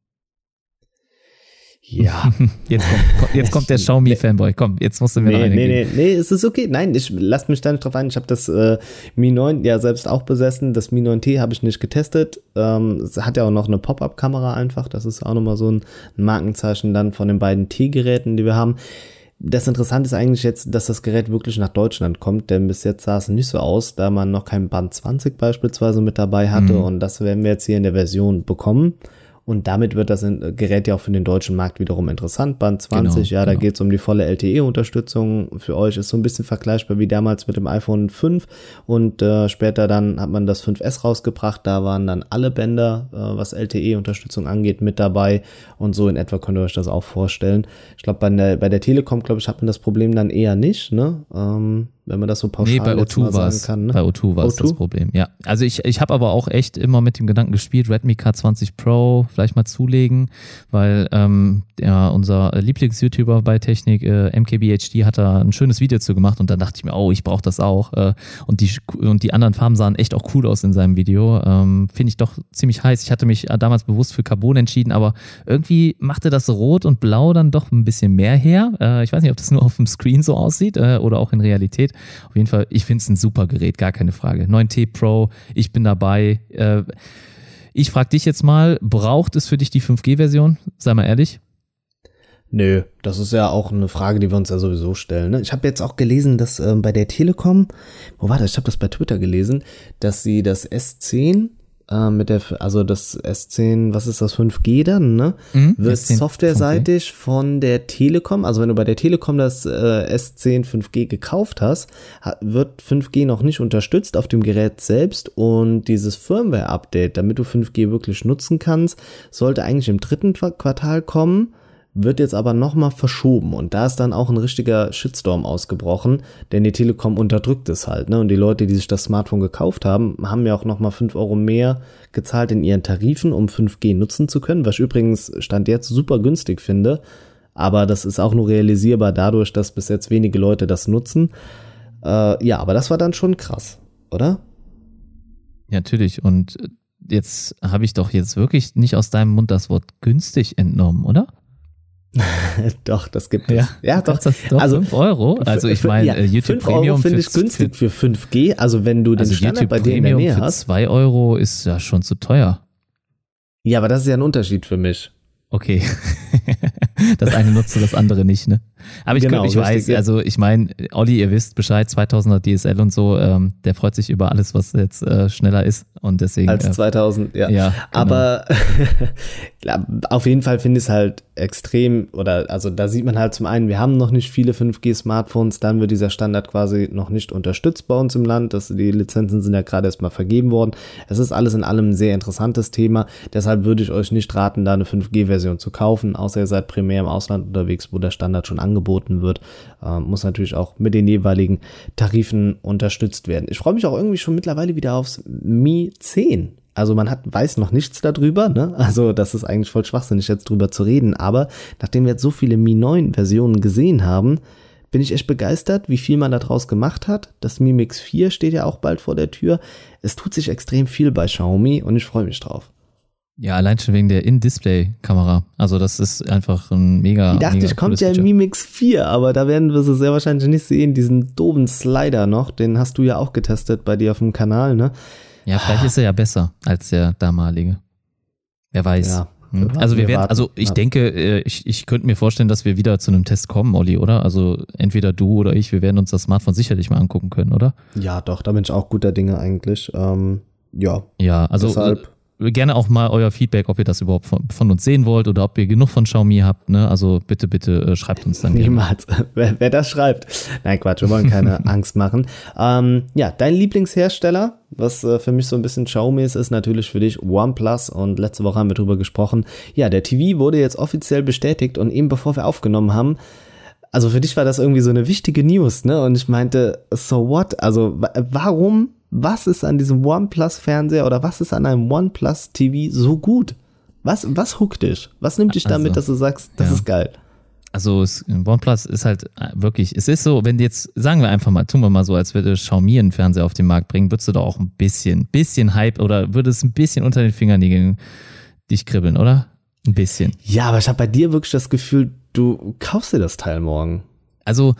Ja. Jetzt kommt der Xiaomi-Fanboy. Komm, jetzt musst du mir noch eine geben. Nee, es ist okay. Nein, lasst mich da nicht drauf ein. Ich habe das Mi 9 ja selbst auch besessen. Das Mi 9T habe ich nicht getestet. Es hat ja auch noch eine Pop-Up-Kamera einfach. Das ist auch nochmal so ein Markenzeichen dann von den beiden T-Geräten, die wir haben. Das Interessante ist eigentlich jetzt, dass das Gerät wirklich nach Deutschland kommt, denn bis jetzt sah es nicht so aus, da man noch kein Band 20 beispielsweise mit dabei hatte und das werden wir jetzt hier in der Version bekommen. Und damit wird das Gerät ja auch für den deutschen Markt wiederum interessant. Band 20, genau. Da geht es um die volle LTE-Unterstützung. Für euch ist so ein bisschen vergleichbar wie damals mit dem iPhone 5. Und später dann hat man das 5S rausgebracht. Da waren dann alle Bänder, was LTE-Unterstützung angeht, mit dabei. Und so in etwa könnt ihr euch das auch vorstellen. Ich glaube, bei der Telekom, hat man das Problem dann eher nicht, ne? Wenn man das so pauschal bei O2 sagen kann. Ne? Bei O2 war es das Problem, ja. Also ich habe aber auch echt immer mit dem Gedanken gespielt, Redmi K20 Pro vielleicht mal zulegen, weil unser Lieblings-YouTuber bei Technik, MKBHD, hat da ein schönes Video zu gemacht und dann dachte ich mir, ich brauche das auch. Und die anderen Farben sahen echt auch cool aus in seinem Video. Finde ich doch ziemlich heiß. Ich hatte mich damals bewusst für Carbon entschieden, aber irgendwie machte das Rot und Blau dann doch ein bisschen mehr her. Ich weiß nicht, ob das nur auf dem Screen so aussieht oder auch in Realität. Auf jeden Fall, ich finde es ein super Gerät, gar keine Frage. 9T Pro, ich bin dabei. Ich frage dich jetzt mal, braucht es für dich die 5G-Version? Sei mal ehrlich. Nö, das ist ja auch eine Frage, die wir uns ja sowieso stellen. Ne? Ich habe jetzt auch gelesen, dass bei der Telekom, wo war das? Ich habe das bei Twitter gelesen, dass sie das S10 also das S10, was ist das, 5G dann, ne? Wird S10 softwareseitig 5G von der Telekom, also wenn du bei der Telekom das S10 5G gekauft hast, wird 5G noch nicht unterstützt auf dem Gerät selbst und dieses Firmware-Update, damit du 5G wirklich nutzen kannst, sollte eigentlich im 3. Quartal kommen. Wird jetzt aber nochmal verschoben und da ist dann auch ein richtiger Shitstorm ausgebrochen, denn die Telekom unterdrückt es halt, ne? Und die Leute, die sich das Smartphone gekauft haben, haben ja auch nochmal 5 € mehr gezahlt in ihren Tarifen, um 5G nutzen zu können, was ich übrigens Stand jetzt super günstig finde, aber das ist auch nur realisierbar dadurch, dass bis jetzt wenige Leute das nutzen. Ja, aber das war dann schon krass, oder? Ja, natürlich, und jetzt habe ich doch jetzt wirklich nicht aus deinem Mund das Wort günstig entnommen, oder? Doch, das gibt es. Ja, doch. Also 5 €. Also ich meine, YouTube 5 Premium finde ich günstig für 5G. Also wenn du den Standard YouTube bei dir in der Nähe hast. 2 € ist ja schon zu teuer. Ja, aber das ist ja ein Unterschied für mich. Okay. Das eine nutzt das andere nicht, ne? Aber ich weiß, also ich meine, Olli, ihr wisst Bescheid, 2000er DSL und so, der freut sich über alles, was jetzt schneller ist und deswegen. Als 2000, ja. Genau. Aber auf jeden Fall finde ich es halt extrem, also da sieht man halt zum einen, wir haben noch nicht viele 5G-Smartphones, dann wird dieser Standard quasi noch nicht unterstützt bei uns im Land, die Lizenzen sind ja gerade erstmal vergeben worden. Es ist alles in allem ein sehr interessantes Thema, deshalb würde ich euch nicht raten, da eine 5G-Version zu kaufen, außer ihr seid primär im Ausland unterwegs, wo der Standard schon angeboten wird. Muss natürlich auch mit den jeweiligen Tarifen unterstützt werden. Ich freue mich auch irgendwie schon mittlerweile wieder aufs Mi 10. Also man weiß noch nichts darüber, ne? Also das ist eigentlich voll schwachsinnig, jetzt drüber zu reden. Aber nachdem wir jetzt so viele Mi 9 Versionen gesehen haben, bin ich echt begeistert, wie viel man da draus gemacht hat. Das Mi Mix 4 steht ja auch bald vor der Tür. Es tut sich extrem viel bei Xiaomi und ich freue mich drauf. Ja, allein schon wegen der In-Display-Kamera. Also das ist einfach ein mega. Ich dachte, kommt ja im Mi Mix 4, aber da werden wir sie sehr wahrscheinlich nicht sehen. Diesen doofen Slider noch, den hast du ja auch getestet bei dir auf dem Kanal, ne? Ja, vielleicht ist er ja besser als der damalige. Wer weiß. Ja, also ich denke, ich könnte mir vorstellen, dass wir wieder zu einem Test kommen, Olli, oder? Also entweder du oder ich, wir werden uns das Smartphone sicherlich mal angucken können, oder? Ja, doch, da bin ich auch guter Dinge eigentlich. Ja, also deshalb. Gerne auch mal euer Feedback, ob ihr das überhaupt von uns sehen wollt oder ob ihr genug von Xiaomi habt, ne? Also bitte schreibt uns dann. Niemals. Wer das schreibt. Nein, Quatsch, wir wollen keine Angst machen. Dein Lieblingshersteller, was für mich so ein bisschen Xiaomi ist natürlich für dich OnePlus und letzte Woche haben wir drüber gesprochen. Ja, der TV wurde jetzt offiziell bestätigt und eben bevor wir aufgenommen haben, also für dich war das irgendwie so eine wichtige News, ne? Und ich meinte, so what? Also warum? Was ist an diesem OnePlus-Fernseher oder was ist an einem OnePlus-TV so gut? Was hookt dich? Was nimmt dich damit, dass du sagst, das ist geil? Also OnePlus ist halt wirklich, es ist so, wenn jetzt, sagen wir einfach mal, tun wir mal so, als würde Xiaomi einen Fernseher auf den Markt bringen, würdest du da auch ein bisschen Hype oder würde es ein bisschen unter den Fingernägeln dich kribbeln, oder? Ein bisschen. Ja, aber ich habe bei dir wirklich das Gefühl, du kaufst dir das Teil morgen. Also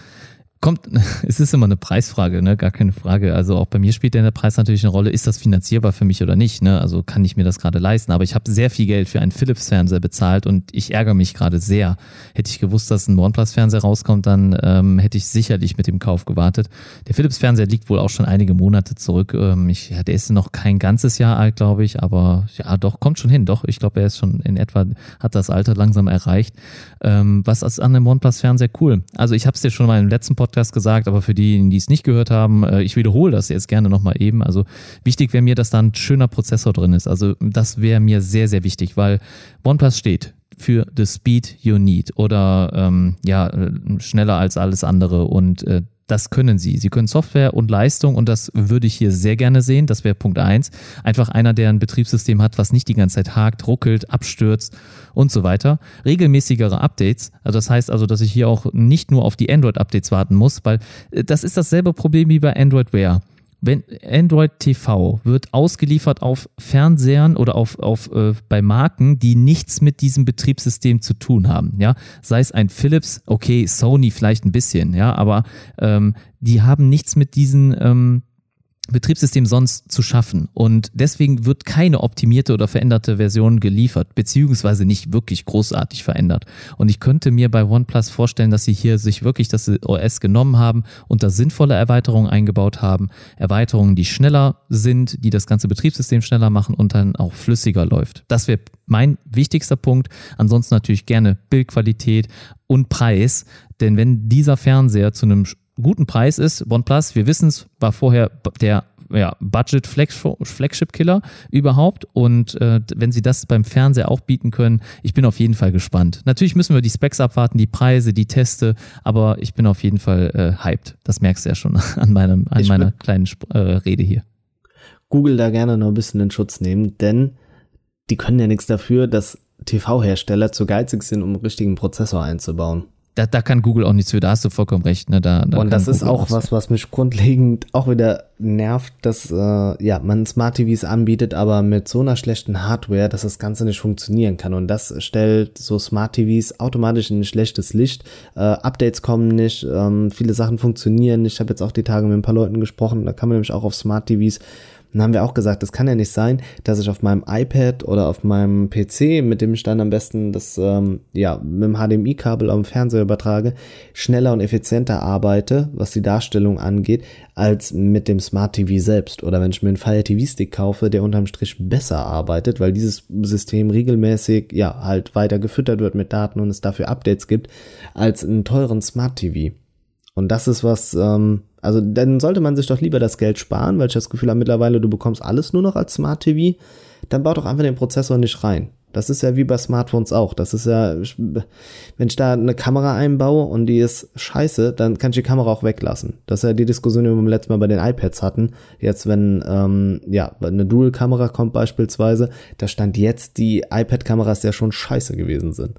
es ist immer eine Preisfrage, ne? Gar keine Frage. Also auch bei mir spielt der Preis natürlich eine Rolle. Ist das finanzierbar für mich oder nicht? Ne? Also kann ich mir das gerade leisten? Aber ich habe sehr viel Geld für einen Philips-Fernseher bezahlt und ich ärgere mich gerade sehr. Hätte ich gewusst, dass ein OnePlus-Fernseher rauskommt, dann hätte ich sicherlich mit dem Kauf gewartet. Der Philips-Fernseher liegt wohl auch schon einige Monate zurück. Der ist noch kein ganzes Jahr alt, glaube ich, aber ja, doch, kommt schon hin. Doch, ich glaube, er ist schon in etwa, hat das Alter langsam erreicht. Was ist an dem OnePlus-Fernseher cool? Also ich habe es dir schon mal im letzten Podcast gesagt, aber für diejenigen, die es nicht gehört haben, ich wiederhole das jetzt gerne nochmal eben. Also wichtig wäre mir, dass da ein schöner Prozessor drin ist. Also das wäre mir sehr, sehr wichtig, weil OnePlus steht für the speed you need oder schneller als alles andere und das können sie. Sie können Software und Leistung und das würde ich hier sehr gerne sehen. Das wäre Punkt 1. Einfach einer, der ein Betriebssystem hat, was nicht die ganze Zeit hakt, ruckelt, abstürzt und so weiter. Regelmäßigere Updates. Also das heißt also, dass ich hier auch nicht nur auf die Android-Updates warten muss, weil das ist dasselbe Problem wie bei Android Wear. Wenn Android TV wird ausgeliefert auf Fernsehern oder bei Marken, die nichts mit diesem Betriebssystem zu tun haben, ja, sei es ein Philips, okay, Sony vielleicht ein bisschen, ja, aber die haben nichts mit diesen Betriebssystem sonst zu schaffen. Und deswegen wird keine optimierte oder veränderte Version geliefert, beziehungsweise nicht wirklich großartig verändert. Und ich könnte mir bei OnePlus vorstellen, dass sie hier sich wirklich das OS genommen haben und da sinnvolle Erweiterungen eingebaut haben. Erweiterungen, die schneller sind, die das ganze Betriebssystem schneller machen und dann auch flüssiger läuft. Das wäre mein wichtigster Punkt. Ansonsten natürlich gerne Bildqualität und Preis. Denn wenn dieser Fernseher zu einem guten Preis ist, OnePlus, wir wissen es, war vorher der Budget-Flagship-Killer überhaupt und wenn sie das beim Fernseher auch bieten können, ich bin auf jeden Fall gespannt. Natürlich müssen wir die Specs abwarten, die Preise, die Teste, aber ich bin auf jeden Fall hyped. Das merkst du ja schon an meiner kleinen Rede hier. Google da gerne noch ein bisschen in Schutz nehmen, denn die können ja nichts dafür, dass TV-Hersteller zu geizig sind, um einen richtigen Prozessor einzubauen. Da kann Google auch nichts für, da hast du vollkommen recht. Ne? Da und das ist auch was mich grundlegend auch wieder nervt, dass man Smart TVs anbietet, aber mit so einer schlechten Hardware, dass das Ganze nicht funktionieren kann. Und das stellt so Smart TVs automatisch in ein schlechtes Licht. Updates kommen nicht, viele Sachen funktionieren nicht. Ich habe jetzt auch die Tage mit ein paar Leuten gesprochen, da kann man nämlich auch auf Smart TVs. Dann haben wir auch gesagt, das kann ja nicht sein, dass ich auf meinem iPad oder auf meinem PC, mit dem ich dann am besten das mit dem HDMI-Kabel am Fernseher übertrage, schneller und effizienter arbeite, was die Darstellung angeht, als mit dem Smart TV selbst. Oder wenn ich mir einen Fire TV-Stick kaufe, der unterm Strich besser arbeitet, weil dieses System regelmäßig halt weiter gefüttert wird mit Daten und es dafür Updates gibt, als einen teuren Smart TV. Und das ist was, dann sollte man sich doch lieber das Geld sparen, weil ich das Gefühl habe, mittlerweile, du bekommst alles nur noch als Smart TV, dann bau doch einfach den Prozessor nicht rein. Das ist ja wie bei Smartphones auch. Das ist ja, wenn ich da eine Kamera einbaue und die ist scheiße, dann kann ich die Kamera auch weglassen. Das ist ja die Diskussion, die wir beim letzten Mal bei den iPads hatten. Jetzt, wenn eine Dual-Kamera kommt beispielsweise, da stand jetzt die iPad-Kameras ja schon scheiße gewesen sind.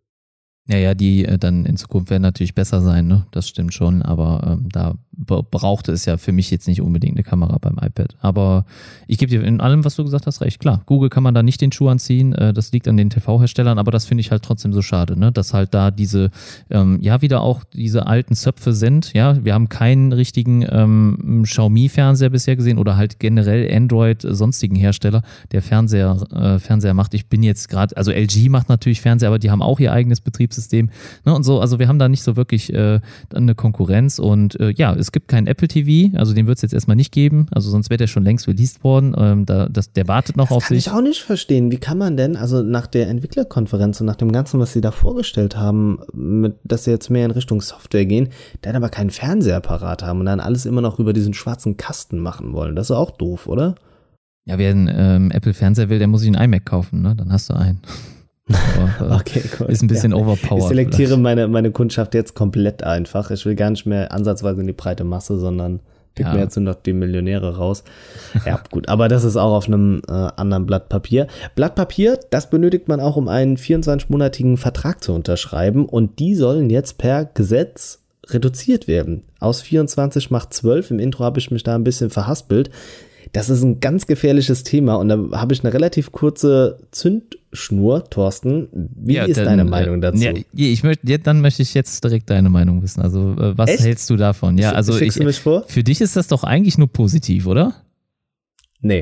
Ja, die dann in Zukunft werden natürlich besser sein, ne? Das stimmt schon, aber da brauchte es ja für mich jetzt nicht unbedingt eine Kamera beim iPad. Aber ich gebe dir in allem, was du gesagt hast, recht. Klar, Google kann man da nicht den Schuh anziehen, das liegt an den TV-Herstellern, aber das finde ich halt trotzdem so schade, ne? Dass halt da diese, wieder auch diese alten Zöpfe sind, ja, wir haben keinen richtigen Xiaomi-Fernseher bisher gesehen oder halt generell Android, sonstigen Hersteller, der Fernseher macht. Ich bin jetzt gerade, also LG macht natürlich Fernseher, aber die haben auch ihr eigenes Betriebssystem, ne? Und so, also wir haben da nicht so wirklich eine Konkurrenz und es gibt keinen Apple TV, also den wird es jetzt erstmal nicht geben, also sonst wäre der schon längst released worden, der wartet noch auf sich. Das kann ich auch nicht verstehen, wie kann man denn, also nach der Entwicklerkonferenz und nach dem Ganzen, was sie da vorgestellt haben, dass sie jetzt mehr in Richtung Software gehen, dann aber keinen Fernseher parat haben und dann alles immer noch über diesen schwarzen Kasten machen wollen, das ist auch doof, oder? Ja, wer einen Apple-Fernseher will, der muss sich einen iMac kaufen, ne? Dann hast du einen. Aber, okay, cool. Ist ein bisschen overpowered. Ich selektiere meine Kundschaft jetzt komplett einfach. Ich will gar nicht mehr ansatzweise in die breite Masse, sondern pick mir jetzt nur noch die Millionäre raus. Ja, gut, aber das ist auch auf einem anderen Blatt Papier. Blatt Papier, das benötigt man auch, um einen 24-monatigen Vertrag zu unterschreiben und die sollen jetzt per Gesetz reduziert werden. Aus 24 macht 12. Im Intro habe ich mich da ein bisschen verhaspelt. Das ist ein ganz gefährliches Thema und da habe ich eine relativ kurze Zündschnur, Thorsten. Wie ist deine Meinung dazu? Dann möchte ich jetzt direkt deine Meinung wissen. Also was hältst du davon? Ja, also Schickst du mich vor? Für dich ist das doch eigentlich nur positiv, oder? Nee.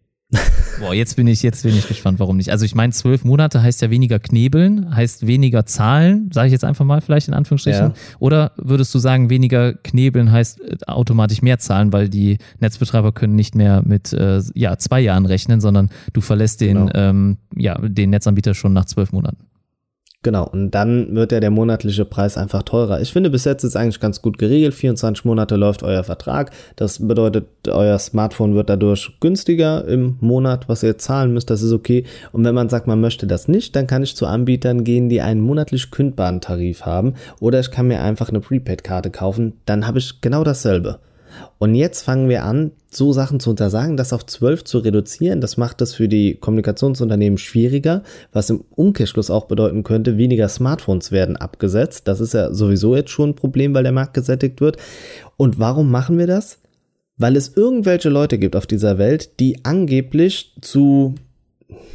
Boah, jetzt bin ich gespannt, warum nicht. Also ich meine, 12 Monate heißt ja weniger knebeln, heißt weniger zahlen, sage ich jetzt einfach mal vielleicht in Anführungsstrichen. Ja. Oder würdest du sagen, weniger knebeln heißt automatisch mehr zahlen, weil die Netzbetreiber können nicht mehr mit 2 Jahren rechnen, sondern du verlässt den Netzanbieter schon nach 12 Monaten. Genau, und dann wird ja der monatliche Preis einfach teurer. Ich finde, bis jetzt ist es eigentlich ganz gut geregelt. 24 Monate läuft euer Vertrag. Das bedeutet, euer Smartphone wird dadurch günstiger im Monat, was ihr jetzt zahlen müsst. Das ist okay. Und wenn man sagt, man möchte das nicht, dann kann ich zu Anbietern gehen, die einen monatlich kündbaren Tarif haben. Oder ich kann mir einfach eine Prepaid-Karte kaufen. Dann habe ich genau dasselbe. Und jetzt fangen wir an, so Sachen zu untersagen, das auf 12 zu reduzieren. Das macht es für die Kommunikationsunternehmen schwieriger, was im Umkehrschluss auch bedeuten könnte, weniger Smartphones werden abgesetzt. Das ist ja sowieso jetzt schon ein Problem, weil der Markt gesättigt wird. Und warum machen wir das? Weil es irgendwelche Leute gibt auf dieser Welt, die angeblich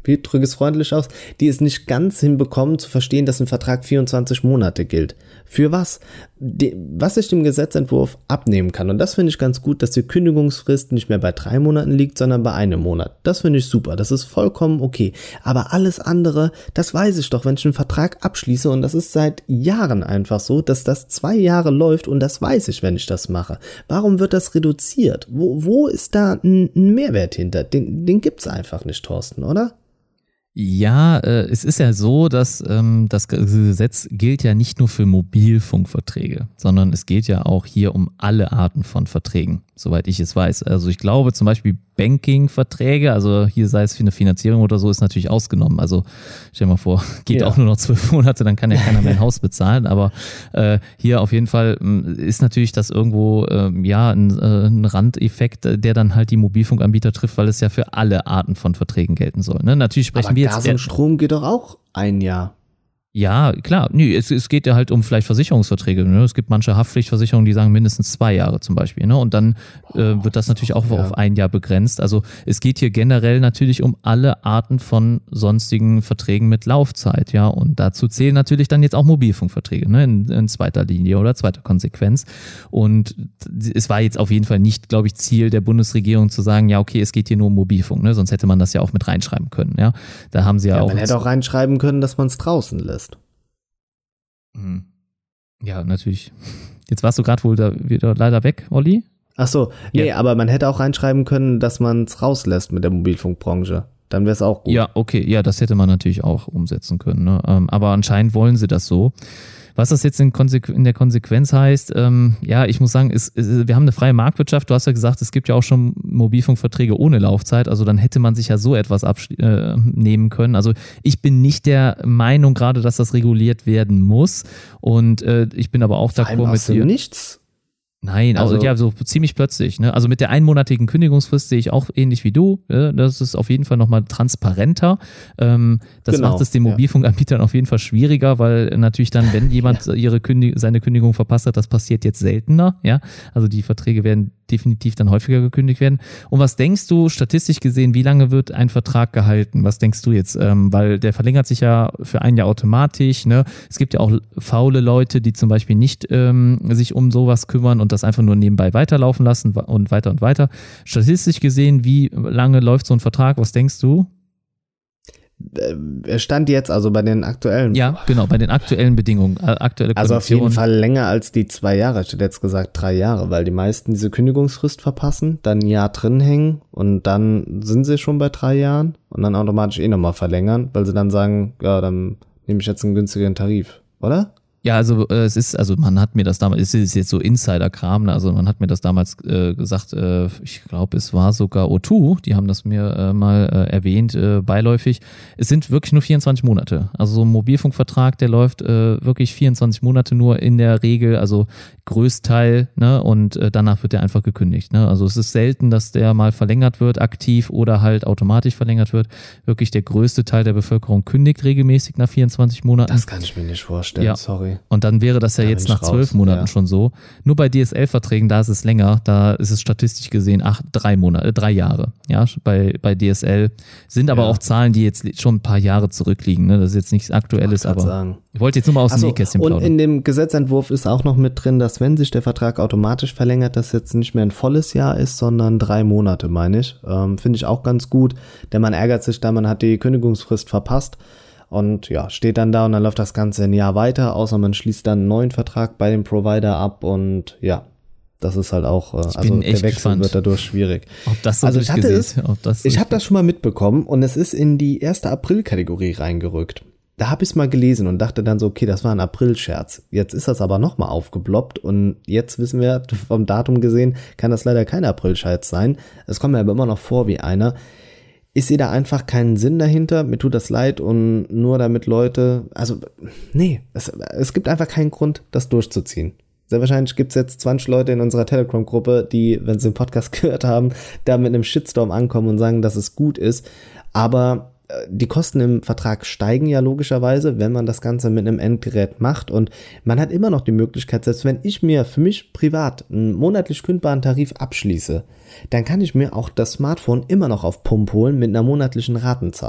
wie drücke es freundlich aus, die es nicht ganz hinbekommen zu verstehen, dass ein Vertrag 24 Monate gilt. Für was? Was ich dem Gesetzentwurf abnehmen kann. Und das finde ich ganz gut, dass die Kündigungsfrist nicht mehr bei 3 Monaten liegt, sondern bei 1 Monat. Das finde ich super. Das ist vollkommen okay. Aber alles andere, das weiß ich doch, wenn ich einen Vertrag abschließe, und das ist seit Jahren einfach so, dass das 2 Jahre läuft, und das weiß ich, wenn ich das mache. Warum wird das reduziert? Wo ist da ein Mehrwert hinter? Den gibt's einfach nicht, Thorsten, oder? Ja, es ist ja so, dass das Gesetz gilt ja nicht nur für Mobilfunkverträge, sondern es geht ja auch hier um alle Arten von Verträgen, soweit ich es weiß. Also ich glaube zum Beispiel Banking-Verträge, also hier sei es für eine Finanzierung oder so, ist natürlich ausgenommen. Also stell dir mal vor, geht auch nur noch 12 Monate, dann kann ja keiner mehr ein Haus bezahlen. Aber hier auf jeden Fall ist natürlich das irgendwo ein Randeffekt, der dann halt die Mobilfunkanbieter trifft, weil es ja für alle Arten von Verträgen gelten soll. Ne? Natürlich sprechen wir jetzt. Gas und Strom geht doch auch 1 Jahr. Ja, klar. Nee, es geht ja halt um vielleicht Versicherungsverträge. Ne? Es gibt manche Haftpflichtversicherungen, die sagen mindestens 2 Jahre zum Beispiel. Ne? Und dann wird das natürlich auch auf 1 Jahr begrenzt. Also es geht hier generell natürlich um alle Arten von sonstigen Verträgen mit Laufzeit. Ja, und dazu zählen natürlich dann jetzt auch Mobilfunkverträge, ne? in zweiter Linie oder zweiter Konsequenz. Und es war jetzt auf jeden Fall nicht, glaube ich, Ziel der Bundesregierung zu sagen, ja, okay, es geht hier nur um Mobilfunk. Ne? Sonst hätte man das ja auch mit reinschreiben können. Ja, da haben sie ja auch. Man hätte auch reinschreiben können, dass man es draußen lässt. Ja, natürlich. Jetzt warst du gerade wohl wieder leider weg, Olli. Ach so, nee, aber man hätte auch reinschreiben können, dass man es rauslässt mit der Mobilfunkbranche. Dann wäre es auch gut. Ja, okay, ja, das hätte man natürlich auch umsetzen können. Ne? Aber anscheinend wollen sie das so. Was das jetzt in der Konsequenz heißt, ich muss sagen, wir haben eine freie Marktwirtschaft. Du hast ja gesagt, es gibt ja auch schon Mobilfunkverträge ohne Laufzeit. Also dann hätte man sich ja so etwas nehmen können. Also ich bin nicht der Meinung gerade, dass das reguliert werden muss. Und ich bin aber auch d'accord mit dir. Nichts? Nein, also ja, so ziemlich plötzlich. Ne? Also mit der 1-monatigen Kündigungsfrist sehe ich auch ähnlich wie du. Das ist auf jeden Fall nochmal transparenter. Das macht es den Mobilfunkanbietern auf jeden Fall schwieriger, weil natürlich dann, wenn jemand seine Kündigung verpasst hat, das passiert jetzt seltener. Ja, also die Verträge werden definitiv dann häufiger gekündigt werden. Und was denkst du, statistisch gesehen, wie lange wird ein Vertrag gehalten? Was denkst du jetzt? Weil der verlängert sich ja für 1 Jahr automatisch. Ne? Es gibt ja auch faule Leute, die zum Beispiel nicht sich um sowas kümmern und das einfach nur nebenbei weiterlaufen lassen und weiter und weiter. Statistisch gesehen, wie lange läuft so ein Vertrag? Was denkst du? Stand jetzt also bei den aktuellen. Ja, genau, bei den aktuellen Bedingungen. Aktuelle also auf jeden Fall länger als die 2 Jahre. Ich hätte jetzt gesagt 3 Jahre, weil die meisten diese Kündigungsfrist verpassen, dann 1 Jahr drin hängen und dann sind sie schon bei 3 Jahren und dann automatisch nochmal verlängern, weil sie dann sagen, ja, dann nehme ich jetzt einen günstigeren Tarif, oder? Ja, also man hat mir das damals, es ist jetzt so Insider-Kram, ne? Also man hat mir das damals gesagt, ich glaube, es war sogar O2, die haben das mir mal erwähnt, beiläufig. Es sind wirklich nur 24 Monate. Also so ein Mobilfunkvertrag, der läuft wirklich 24 Monate nur in der Regel, also Größteil, ne? Und danach wird der einfach gekündigt. Ne? Also es ist selten, dass der mal verlängert wird, aktiv oder halt automatisch verlängert wird. Wirklich der größte Teil der Bevölkerung kündigt regelmäßig nach 24 Monaten. Das kann ich mir nicht vorstellen, sorry. Und dann wäre das ja jetzt nach 12 Monaten schon so. Nur bei DSL-Verträgen, da ist es länger, da ist es statistisch gesehen 3 Jahre. Ja, bei DSL sind aber auch Zahlen, die jetzt schon ein paar Jahre zurückliegen. Ne? Das ist jetzt nichts Aktuelles, aber ich wollte jetzt nur mal aus dem Nähkästchen plaudern. Und in dem Gesetzentwurf ist auch noch mit drin, dass wenn sich der Vertrag automatisch verlängert, das jetzt nicht mehr ein volles Jahr ist, sondern 3 Monate, meine ich. Finde ich auch ganz gut, denn man ärgert sich da, man hat die Kündigungsfrist verpasst. Und ja, steht dann da und dann läuft das Ganze 1 Jahr weiter, außer man schließt dann einen neuen Vertrag bei dem Provider ab und ja, das ist halt auch, also der Wechsel gespannt. Wird dadurch schwierig. Ob das so also ich habe das schon mal mitbekommen und es ist in die 1. April-Kategorie reingerückt. Da habe ich es mal gelesen und dachte dann so, okay, das war ein April-Scherz. Jetzt ist das aber nochmal aufgeploppt und jetzt wissen wir, vom Datum gesehen, kann das leider kein April-Scherz sein. Es kommt mir aber immer noch vor wie einer. Ich sehe da einfach keinen Sinn dahinter, mir tut das leid und nur damit Leute, also nee, es gibt einfach keinen Grund, das durchzuziehen. Sehr wahrscheinlich gibt es jetzt 20 Leute in unserer Telegram-Gruppe, die, wenn sie den Podcast gehört haben, da mit einem Shitstorm ankommen und sagen, dass es gut ist, aber die Kosten im Vertrag steigen ja logischerweise, wenn man das Ganze mit einem Endgerät macht und man hat immer noch die Möglichkeit, selbst wenn ich mir für mich privat einen monatlich kündbaren Tarif abschließe, dann kann ich mir auch das Smartphone immer noch auf Pump holen mit einer monatlichen Ratenzahlung.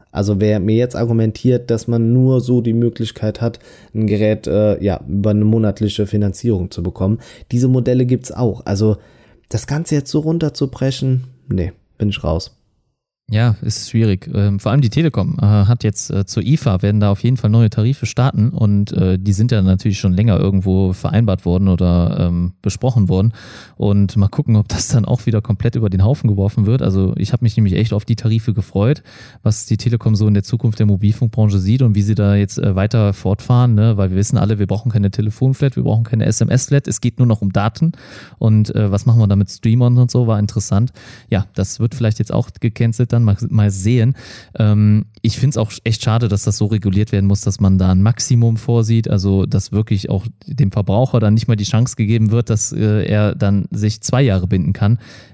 Also wer mir jetzt argumentiert, dass man nur so die Möglichkeit hat, ein Gerät über eine monatliche Finanzierung zu bekommen, diese Modelle gibt's auch. Also das Ganze jetzt so runterzubrechen, nee, bin ich raus. Ja, ist schwierig. Vor allem die Telekom hat jetzt zur IFA werden da auf jeden Fall neue Tarife starten und die sind ja natürlich schon länger irgendwo vereinbart worden oder besprochen worden und mal gucken, ob das dann auch wieder komplett über den Haufen geworfen wird. Also ich habe mich nämlich echt auf die Tarife gefreut, was die Telekom so in der Zukunft der Mobilfunkbranche sieht und wie sie da jetzt weiter fortfahren, ne? Weil wir wissen alle, wir brauchen keine Telefonflat, wir brauchen keine SMS-Flat, es geht nur noch um Daten und was machen wir da mit Streamern und so, war interessant. Ja, das wird vielleicht jetzt auch gecancelt dann. Mal sehen. Ich finde es auch echt schade, dass das so reguliert werden muss, dass man da ein Maximum vorsieht, also dass wirklich auch dem Verbraucher dann nicht mal die Chance gegeben wird, dass er dann sich 2 Jahre binden kann.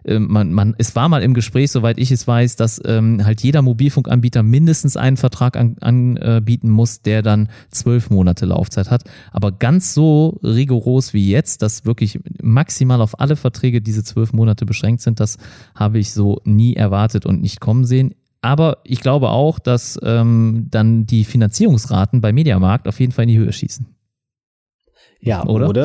Es war mal im Gespräch, soweit ich es weiß, dass halt jeder Mobilfunkanbieter mindestens einen Vertrag anbieten muss, der dann 12 Monate Laufzeit hat. Aber ganz so rigoros wie jetzt, dass wirklich maximal auf alle Verträge diese 12 Monate beschränkt sind, das habe ich so nie erwartet und nicht kommen sehen. Aber ich glaube auch, dass dann die Finanzierungsraten bei Mediamarkt auf jeden Fall in die Höhe schießen. Ja,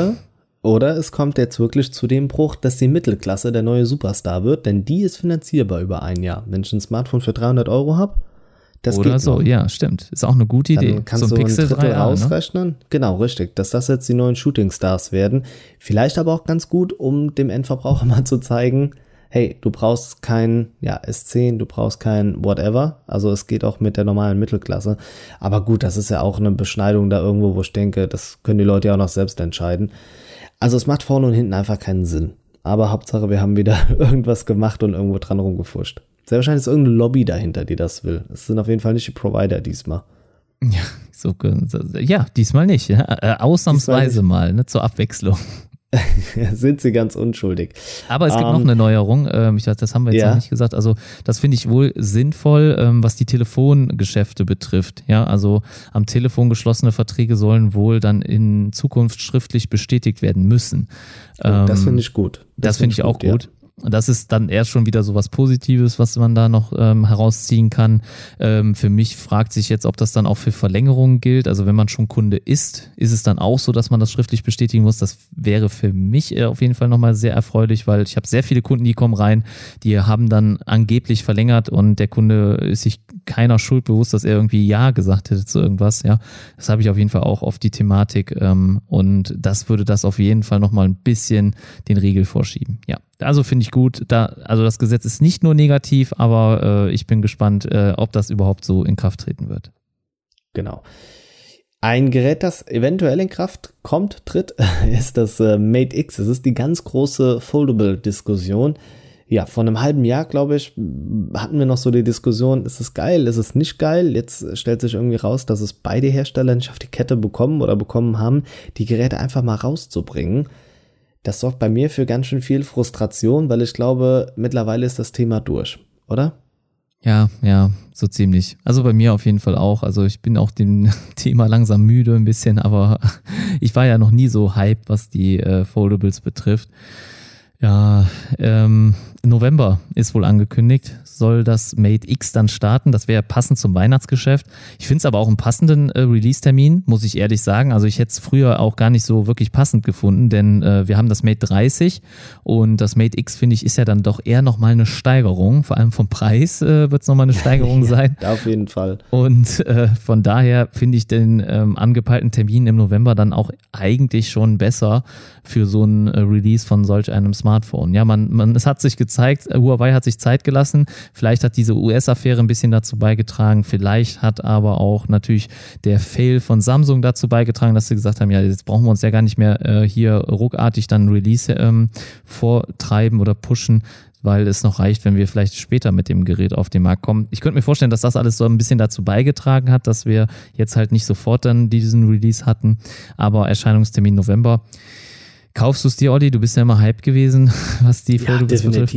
oder es kommt jetzt wirklich zu dem Bruch, dass die Mittelklasse der neue Superstar wird, denn die ist finanzierbar über ein Jahr. Wenn ich ein Smartphone für 300 € habe, das oder geht so, noch. Ja, stimmt. Ist auch eine gute Idee. Dann kannst so du Pixel ein Drittel 3a, rausrechnen. Ne? Genau, richtig. Dass das jetzt die neuen Shootingstars werden. Vielleicht aber auch ganz gut, um dem Endverbraucher mal zu zeigen, hey, du brauchst kein S10, du brauchst kein whatever. Also es geht auch mit der normalen Mittelklasse. Aber gut, das ist ja auch eine Beschneidung da irgendwo, wo ich denke, das können die Leute ja auch noch selbst entscheiden. Also es macht vorne und hinten einfach keinen Sinn. Aber Hauptsache, wir haben wieder irgendwas gemacht und irgendwo dran rumgefuscht. Sehr wahrscheinlich ist irgendeine Lobby dahinter, die das will. Es sind auf jeden Fall nicht die Provider diesmal. Ja, diesmal nicht. Ja. Ausnahmsweise mal, ne, zur Abwechslung. Sind sie ganz unschuldig. Aber es gibt noch eine Neuerung, das haben wir jetzt noch nicht gesagt, also das finde ich wohl sinnvoll, was die Telefongeschäfte betrifft. Ja, also am Telefon geschlossene Verträge sollen wohl dann in Zukunft schriftlich bestätigt werden müssen. Das finde ich gut. Das finde ich auch gut. Das ist dann eher schon wieder so was Positives, was man da noch herausziehen kann. Für mich fragt sich jetzt, ob das dann auch für Verlängerungen gilt. Also wenn man schon Kunde ist es dann auch so, dass man das schriftlich bestätigen muss. Das wäre für mich auf jeden Fall nochmal sehr erfreulich, weil ich habe sehr viele Kunden, die kommen rein, die haben dann angeblich verlängert und der Kunde ist sich keiner Schuld bewusst, dass er irgendwie Ja gesagt hätte zu irgendwas. Ja, das habe ich auf jeden Fall auch auf die Thematik und das würde das auf jeden Fall nochmal ein bisschen den Riegel vorschieben. Ja. Also finde ich gut, also das Gesetz ist nicht nur negativ, aber ich bin gespannt, ob das überhaupt so in Kraft treten wird. Genau. Ein Gerät, das eventuell in Kraft tritt, ist das Mate X. Es ist die ganz große Foldable-Diskussion. Ja, vor einem halben Jahr, glaube ich, hatten wir noch so die Diskussion, ist es geil, ist es nicht geil? Jetzt stellt sich irgendwie raus, dass es beide Hersteller nicht auf die Kette bekommen haben, die Geräte einfach mal rauszubringen. Das sorgt bei mir für ganz schön viel Frustration, weil ich glaube, mittlerweile ist das Thema durch, oder? Ja, so ziemlich. Also bei mir auf jeden Fall auch. Also ich bin auch dem Thema langsam müde ein bisschen, aber ich war ja noch nie so hyped, was die Foldables betrifft. Ja, November ist wohl angekündigt, soll das Mate X dann starten. Das wäre passend zum Weihnachtsgeschäft. Ich finde es aber auch einen passenden Release-Termin, muss ich ehrlich sagen. Also ich hätte es früher auch gar nicht so wirklich passend gefunden, denn wir haben das Mate 30 und das Mate X, finde ich, ist ja dann doch eher nochmal eine Steigerung. Vor allem vom Preis wird es nochmal eine Steigerung sein. Ja, auf jeden Fall. Und von daher finde ich den angepeilten Termin im November dann auch eigentlich schon besser für so ein Release von solch einem Smartphone. Ja, es hat sich gezeigt, Huawei hat sich Zeit gelassen. Vielleicht hat diese US-Affäre ein bisschen dazu beigetragen. Vielleicht hat aber auch natürlich der Fail von Samsung dazu beigetragen, dass sie gesagt haben, ja, jetzt brauchen wir uns ja gar nicht mehr hier ruckartig dann Release vortreiben oder pushen, weil es noch reicht, wenn wir vielleicht später mit dem Gerät auf den Markt kommen. Ich könnte mir vorstellen, dass das alles so ein bisschen dazu beigetragen hat, dass wir jetzt halt nicht sofort dann diesen Release hatten, aber Erscheinungstermin November. Kaufst du es dir, Olli? Du bist ja immer hyped gewesen, was die Foldables betrifft.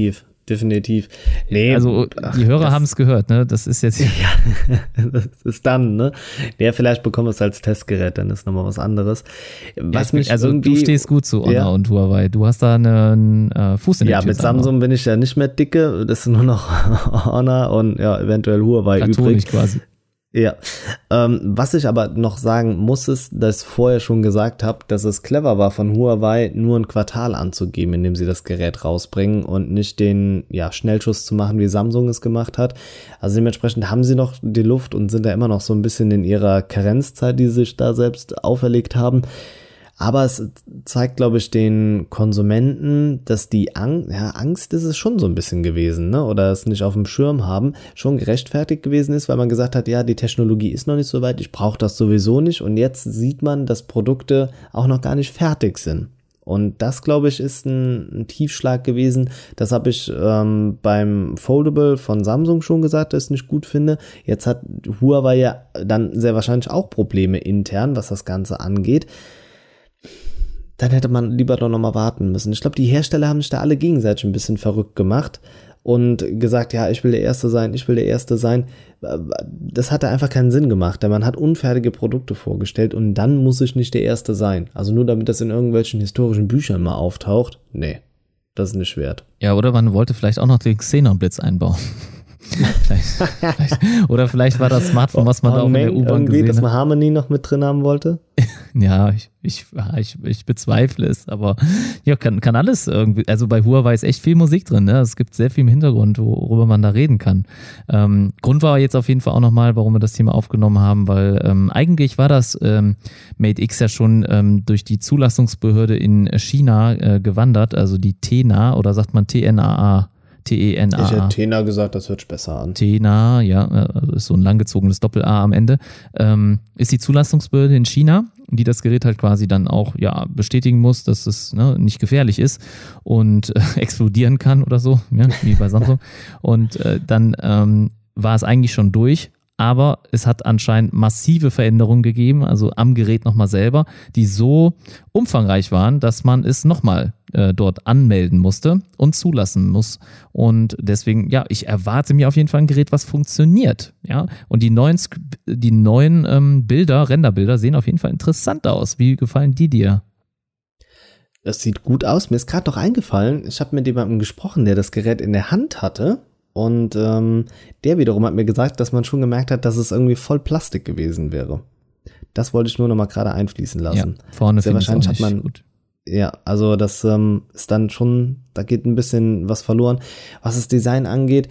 definitiv. Nee, also die Hörer haben es gehört, ne? Das ist jetzt... Ja, das ist dann, ne? Ja, vielleicht bekommen wir es als Testgerät, dann ist nochmal was anderes. Was ja, mich also du stehst gut zu Honor und Huawei. Du hast da einen Fuß in der Tür. Ja, mit Samsung bin ich ja nicht mehr dicke. Das ist nur noch Honor und ja, eventuell Huawei übrig. Quasi. Ja, was ich aber noch sagen muss, ist, dass ich vorher schon gesagt habe, dass es clever war von Huawei, nur ein Quartal anzugeben, in dem sie das Gerät rausbringen und nicht den Schnellschuss zu machen, wie Samsung es gemacht hat. Also dementsprechend haben sie noch die Luft und sind da immer noch so ein bisschen in ihrer Karenzzeit, die sie sich da selbst auferlegt haben. Aber es zeigt, glaube ich, den Konsumenten, dass die Angst ist es schon so ein bisschen gewesen, ne? Oder es nicht auf dem Schirm haben, schon gerechtfertigt gewesen ist, weil man gesagt hat, ja, die Technologie ist noch nicht so weit, ich brauche das sowieso nicht. Und jetzt sieht man, dass Produkte auch noch gar nicht fertig sind. Und das, glaube ich, ist ein Tiefschlag gewesen. Das habe ich beim Foldable von Samsung schon gesagt, dass ich es nicht gut finde. Jetzt hat Huawei ja dann sehr wahrscheinlich auch Probleme intern, was das Ganze angeht. Dann hätte man lieber doch nochmal warten müssen. Ich glaube, die Hersteller haben sich da alle gegenseitig ein bisschen verrückt gemacht und gesagt, ja, ich will der Erste sein. Das hatte einfach keinen Sinn gemacht, denn man hat unfertige Produkte vorgestellt und dann muss ich nicht der Erste sein. Also nur damit das in irgendwelchen historischen Büchern mal auftaucht, nee, das ist nicht wert. Ja, oder man wollte vielleicht auch noch den Xenon-Blitz einbauen. Oder vielleicht war das Smartphone, was man da auch in der U-Bahn gesehen hat. Dass man Harmony noch mit drin haben wollte? Ja, ich bezweifle es, aber ja, kann alles irgendwie, also bei Huawei ist echt viel Musik drin, ne? Es gibt sehr viel im Hintergrund, worüber man da reden kann. Grund war jetzt auf jeden Fall auch nochmal, warum wir das Thema aufgenommen haben, weil eigentlich war das Mate X ja schon durch die Zulassungsbehörde in China gewandert, also die TENA, oder sagt man TENAA? TENA. Ich hätte TENA gesagt, das hört sich besser an. TENA, ja, ist so ein langgezogenes Doppel-A am Ende, ist die Zulassungsbehörde in China, die das Gerät halt quasi dann auch bestätigen muss, dass es nicht gefährlich ist und explodieren kann oder so, ja, wie bei Samsung. Und dann war es eigentlich schon durch. Aber es hat anscheinend massive Veränderungen gegeben, also am Gerät nochmal selber, die so umfangreich waren, dass man es nochmal dort anmelden musste und zulassen muss. Und deswegen, ich erwarte mir auf jeden Fall ein Gerät, was funktioniert. Ja? Und die neuen Bilder, Renderbilder, sehen auf jeden Fall interessant aus. Wie gefallen die dir? Das sieht gut aus. Mir ist gerade noch eingefallen, ich habe mit jemandem gesprochen, der das Gerät in der Hand hatte. Und der wiederum hat mir gesagt, dass man schon gemerkt hat, dass es irgendwie voll Plastik gewesen wäre. Das wollte ich nur noch mal gerade einfließen lassen. Ja, vorne sehr wahrscheinlich hat man gut. Ja, also das ist dann schon, da geht ein bisschen was verloren. Was das Design angeht,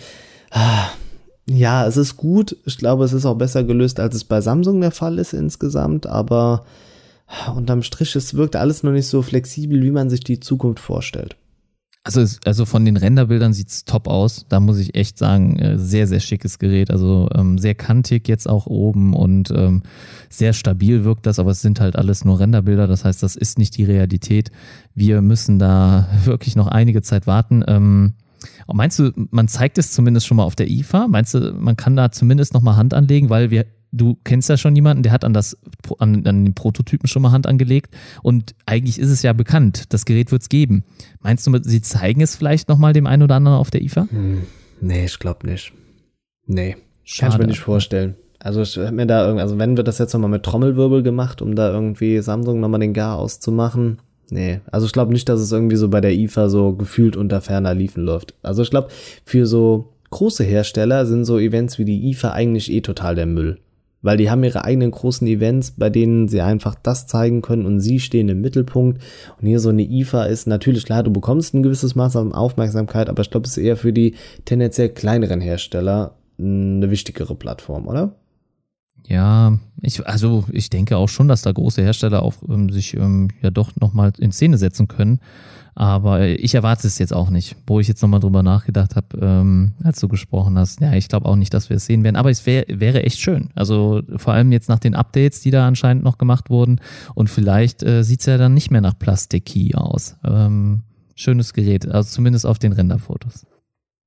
ja, es ist gut. Ich glaube, es ist auch besser gelöst, als es bei Samsung der Fall ist insgesamt. Aber unterm Strich, es wirkt alles noch nicht so flexibel, wie man sich die Zukunft vorstellt. Also von den Renderbildern sieht's top aus. Da muss ich echt sagen, sehr, sehr schickes Gerät. Also sehr kantig jetzt auch oben und sehr stabil wirkt das, aber es sind halt alles nur Renderbilder. Das heißt, das ist nicht die Realität. Wir müssen da wirklich noch einige Zeit warten. Meinst du, man zeigt es zumindest schon mal auf der IFA? Meinst du, man kann da zumindest noch mal Hand anlegen? Weil du kennst ja schon jemanden, der hat an den Prototypen schon mal Hand angelegt und eigentlich ist es ja bekannt, das Gerät wird es geben. Meinst du, sie zeigen es vielleicht nochmal dem einen oder anderen auf der IFA? Nee, ich glaube nicht. Nee, kann ich mir nicht vorstellen. Also ich hab mir da wenn wird das jetzt nochmal mit Trommelwirbel gemacht, um da irgendwie Samsung nochmal den Gar auszumachen? Nee, also ich glaube nicht, dass es irgendwie so bei der IFA so gefühlt unter ferner Liefen läuft. Also ich glaube, für so große Hersteller sind so Events wie die IFA eigentlich total der Müll. Weil die haben ihre eigenen großen Events, bei denen sie einfach das zeigen können und sie stehen im Mittelpunkt. Und hier so eine IFA ist natürlich klar, du bekommst ein gewisses Maß an Aufmerksamkeit, aber ich glaube, es ist eher für die tendenziell kleineren Hersteller eine wichtigere Plattform, oder? Ja, ich denke auch schon, dass da große Hersteller auch sich doch nochmal in Szene setzen können. Aber ich erwarte es jetzt auch nicht, wo ich jetzt nochmal drüber nachgedacht habe, als du gesprochen hast. Ja, ich glaube auch nicht, dass wir es sehen werden, aber es wäre echt schön. Also vor allem jetzt nach den Updates, die da anscheinend noch gemacht wurden und vielleicht sieht es ja dann nicht mehr nach Plastik-Key aus. Schönes Gerät, also zumindest auf den Renderfotos.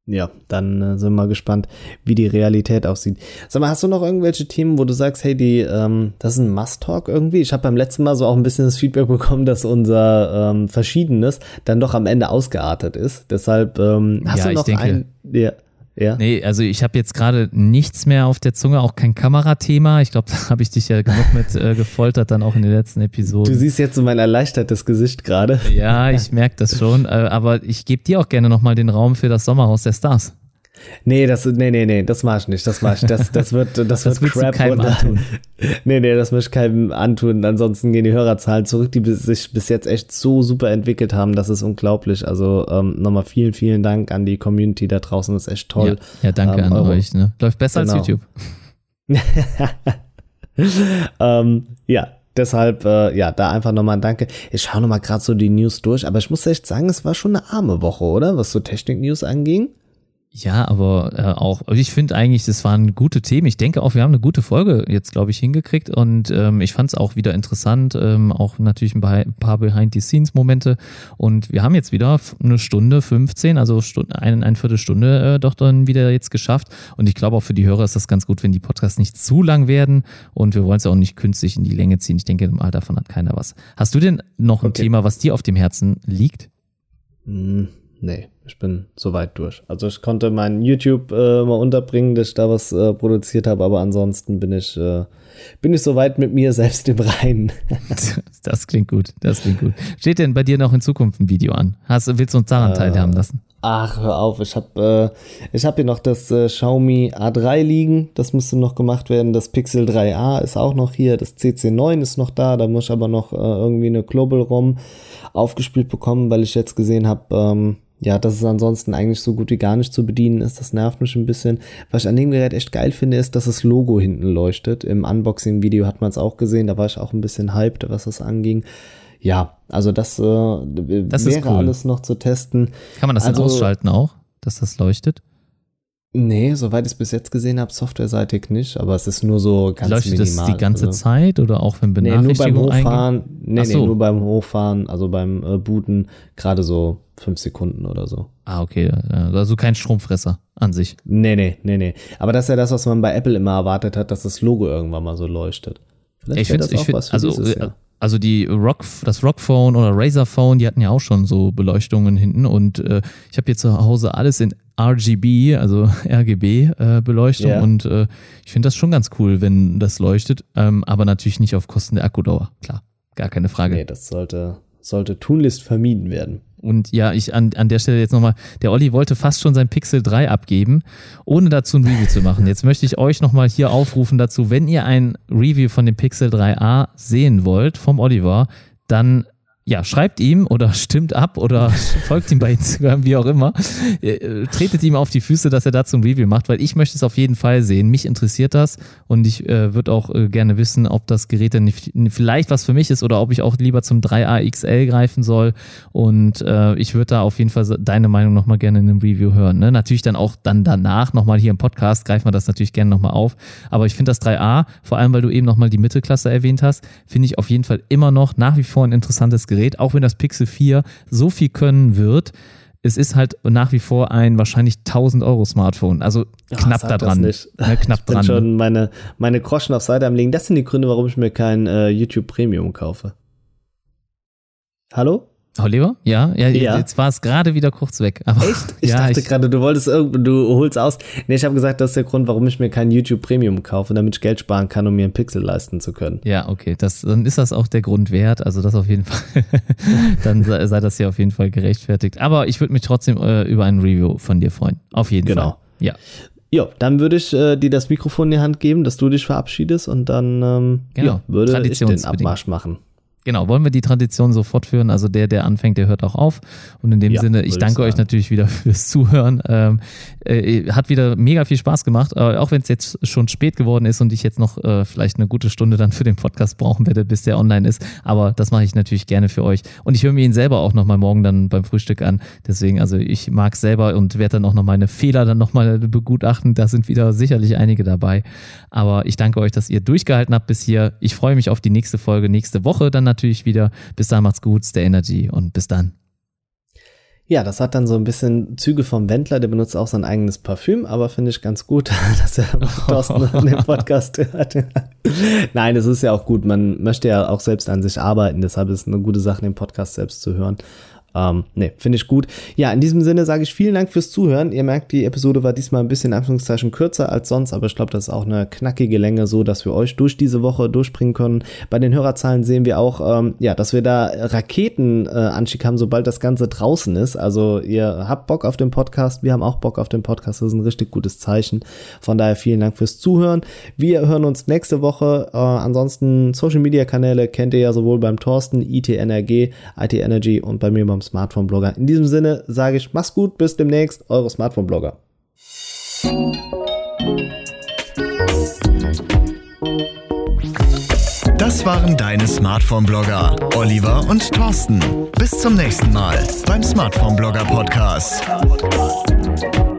Ja, dann sind wir mal gespannt, wie die Realität aussieht. Sag mal, hast du noch irgendwelche Themen, wo du sagst, hey, das ist ein Must-Talk irgendwie? Ich habe beim letzten Mal so auch ein bisschen das Feedback bekommen, dass unser Verschiedenes dann doch am Ende ausgeartet ist. Deshalb hast du noch Ja. Nee, also ich habe jetzt gerade nichts mehr auf der Zunge, auch kein Kamerathema. Ich glaube, da habe ich dich ja genug mit gefoltert, dann auch in den letzten Episoden. Du siehst jetzt so mein erleichtertes Gesicht gerade. Ja, ich merke das schon. Aber ich gebe dir auch gerne nochmal den Raum für das Sommerhaus der Stars. Nee, das mach ich nicht. Das wird Crap. Antun. Nee, das möchte ich keinem antun. Ansonsten gehen die Hörerzahlen zurück, die sich bis jetzt echt so super entwickelt haben. Das ist unglaublich. Also nochmal vielen, vielen Dank an die Community da draußen. Das ist echt toll. Ja, danke an euch. Ne? Läuft besser als YouTube. Ja. Deshalb, da einfach nochmal ein Danke. Ich schaue nochmal gerade so die News durch, aber ich muss echt sagen, es war schon eine arme Woche, oder? Was so Technik-News anging. Ja, aber ich finde eigentlich, das waren gute Themen. Ich denke auch, wir haben eine gute Folge jetzt, glaube ich, hingekriegt und ich fand es auch wieder interessant, auch natürlich ein paar Behind-the-Scenes-Momente und wir haben jetzt wieder eine Stunde 15, also eine Viertelstunde doch dann wieder jetzt geschafft und ich glaube auch für die Hörer ist das ganz gut, wenn die Podcasts nicht zu lang werden und wir wollen es auch nicht künstlich in die Länge ziehen. Ich denke mal, davon hat keiner was. Hast du denn noch ein Thema, was dir auf dem Herzen liegt? Nee, ich bin soweit durch. Also ich konnte mein YouTube mal unterbringen, dass ich da was produziert habe, aber ansonsten bin ich soweit mit mir selbst im Reinen. Das klingt gut. Steht denn bei dir noch in Zukunft ein Video an? Willst du uns daran teilhaben lassen? Ach, hör auf. Ich hab hier noch das Xiaomi A3 liegen. Das müsste noch gemacht werden. Das Pixel 3a ist auch noch hier. Das CC9 ist noch da. Da muss ich aber noch irgendwie eine Global ROM aufgespielt bekommen, weil ich jetzt gesehen habe, dass es ansonsten eigentlich so gut wie gar nicht zu bedienen ist. Das nervt mich ein bisschen. Was ich an dem Gerät echt geil finde, ist, dass das Logo hinten leuchtet. Im Unboxing-Video hat man es auch gesehen. Da war ich auch ein bisschen hyped, was das anging. Ja, also das wäre cool. alles noch zu testen. Kann man das dann ausschalten auch, dass das leuchtet? Nee, soweit ich es bis jetzt gesehen habe, softwareseitig nicht, aber es ist nur so ganz leuchtet minimal. Leuchtet das die ganze Zeit oder auch wenn Benachrichtigungen eingehen? Nur beim Hochfahren, also beim Booten, gerade so 5 Sekunden oder so. Ah, okay, also kein Stromfresser an sich. Nee. Aber das ist ja das, was man bei Apple immer erwartet hat, dass das Logo irgendwann mal so leuchtet. Vielleicht also das Rockphone oder Razer Phone, die hatten ja auch schon so Beleuchtungen hinten und ich habe hier zu Hause alles in RGB, also RGB Beleuchtung und ich finde das schon ganz cool, wenn das leuchtet, aber natürlich nicht auf Kosten der Akkudauer, klar, gar keine Frage. Nee, das sollte tunlichst vermieden werden. Und ja, ich an der Stelle jetzt nochmal, der Olli wollte fast schon sein Pixel 3 abgeben, ohne dazu ein Review zu machen. Jetzt möchte ich euch nochmal hier aufrufen dazu, wenn ihr ein Review von dem Pixel 3a sehen wollt, vom Oliver, dann schreibt ihm oder stimmt ab oder folgt ihm bei Instagram, wie auch immer. Tretet ihm auf die Füße, dass er dazu ein Review macht, weil ich möchte es auf jeden Fall sehen. Mich interessiert das und ich würde auch gerne wissen, ob das Gerät dann vielleicht was für mich ist oder ob ich auch lieber zum 3A XL greifen soll. Und ich würde da auf jeden Fall deine Meinung nochmal gerne in einem Review hören. Ne? Natürlich dann auch danach nochmal hier im Podcast greifen wir das natürlich gerne nochmal auf. Aber ich finde das 3A, vor allem weil du eben nochmal die Mittelklasse erwähnt hast, finde ich auf jeden Fall immer noch nach wie vor ein interessantes Gerät, auch wenn das Pixel 4 so viel können wird. Es ist halt nach wie vor ein wahrscheinlich 1.000 € Smartphone, also knapp da dran. Ich bin schon meine Groschen auf Seite am Legen. Das sind die Gründe, warum ich mir kein YouTube Premium kaufe. Hallo? Oliver? Ja, jetzt war es gerade wieder kurz weg. Aber echt? Ich dachte gerade, du holst aus. Nee, ich habe gesagt, das ist der Grund, warum ich mir kein YouTube Premium kaufe, damit ich Geld sparen kann, um mir ein Pixel leisten zu können. Ja, okay, dann ist das auch der Grund wert, also das auf jeden Fall, dann sei das ja auf jeden Fall gerechtfertigt. Aber ich würde mich trotzdem über ein Review von dir freuen, auf jeden Fall. Genau. Ja, dann würde ich dir das Mikrofon in die Hand geben, dass du dich verabschiedest und dann würde ich den Abmarsch machen. Genau, wollen wir die Tradition so fortführen? Also der anfängt, der hört auch auf. Und in dem Sinne, ich danke euch natürlich wieder fürs Zuhören. Hat wieder mega viel Spaß gemacht, auch wenn es jetzt schon spät geworden ist und ich jetzt noch vielleicht eine gute Stunde dann für den Podcast brauchen werde, bis der online ist. Aber das mache ich natürlich gerne für euch. Und ich höre mir ihn selber auch nochmal morgen dann beim Frühstück an. Deswegen, also ich mag es selber und werde dann auch noch meine Fehler dann nochmal begutachten. Da sind wieder sicherlich einige dabei. Aber ich danke euch, dass ihr durchgehalten habt bis hier. Ich freue mich auf die nächste Folge nächste Woche dann natürlich wieder. Bis dann, macht's gut, stay energy und bis dann. Ja, das hat dann so ein bisschen Züge vom Wendler, der benutzt auch sein eigenes Parfüm, aber finde ich ganz gut, dass er Thorsten den Podcast hört. Nein, es ist ja auch gut, man möchte ja auch selbst an sich arbeiten, deshalb ist es eine gute Sache, den Podcast selbst zu hören. Finde ich gut. Ja, in diesem Sinne sage ich vielen Dank fürs Zuhören. Ihr merkt, die Episode war diesmal ein bisschen in Anführungszeichen kürzer als sonst, aber ich glaube, das ist auch eine knackige Länge, so dass wir euch durch diese Woche durchbringen können. Bei den Hörerzahlen sehen wir auch, dass wir da Raketenanstieg haben, sobald das Ganze draußen ist. Also ihr habt Bock auf den Podcast, wir haben auch Bock auf den Podcast. Das ist ein richtig gutes Zeichen. Von daher vielen Dank fürs Zuhören. Wir hören uns nächste Woche. Ansonsten Social-Media-Kanäle kennt ihr ja sowohl beim Thorsten, ITNRG, IT Energy und bei mir beim Smartphone-Blogger. In diesem Sinne sage ich, mach's gut, bis demnächst, eure Smartphone-Blogger. Das waren deine Smartphone-Blogger, Oliver und Thorsten. Bis zum nächsten Mal beim Smartphone-Blogger-Podcast.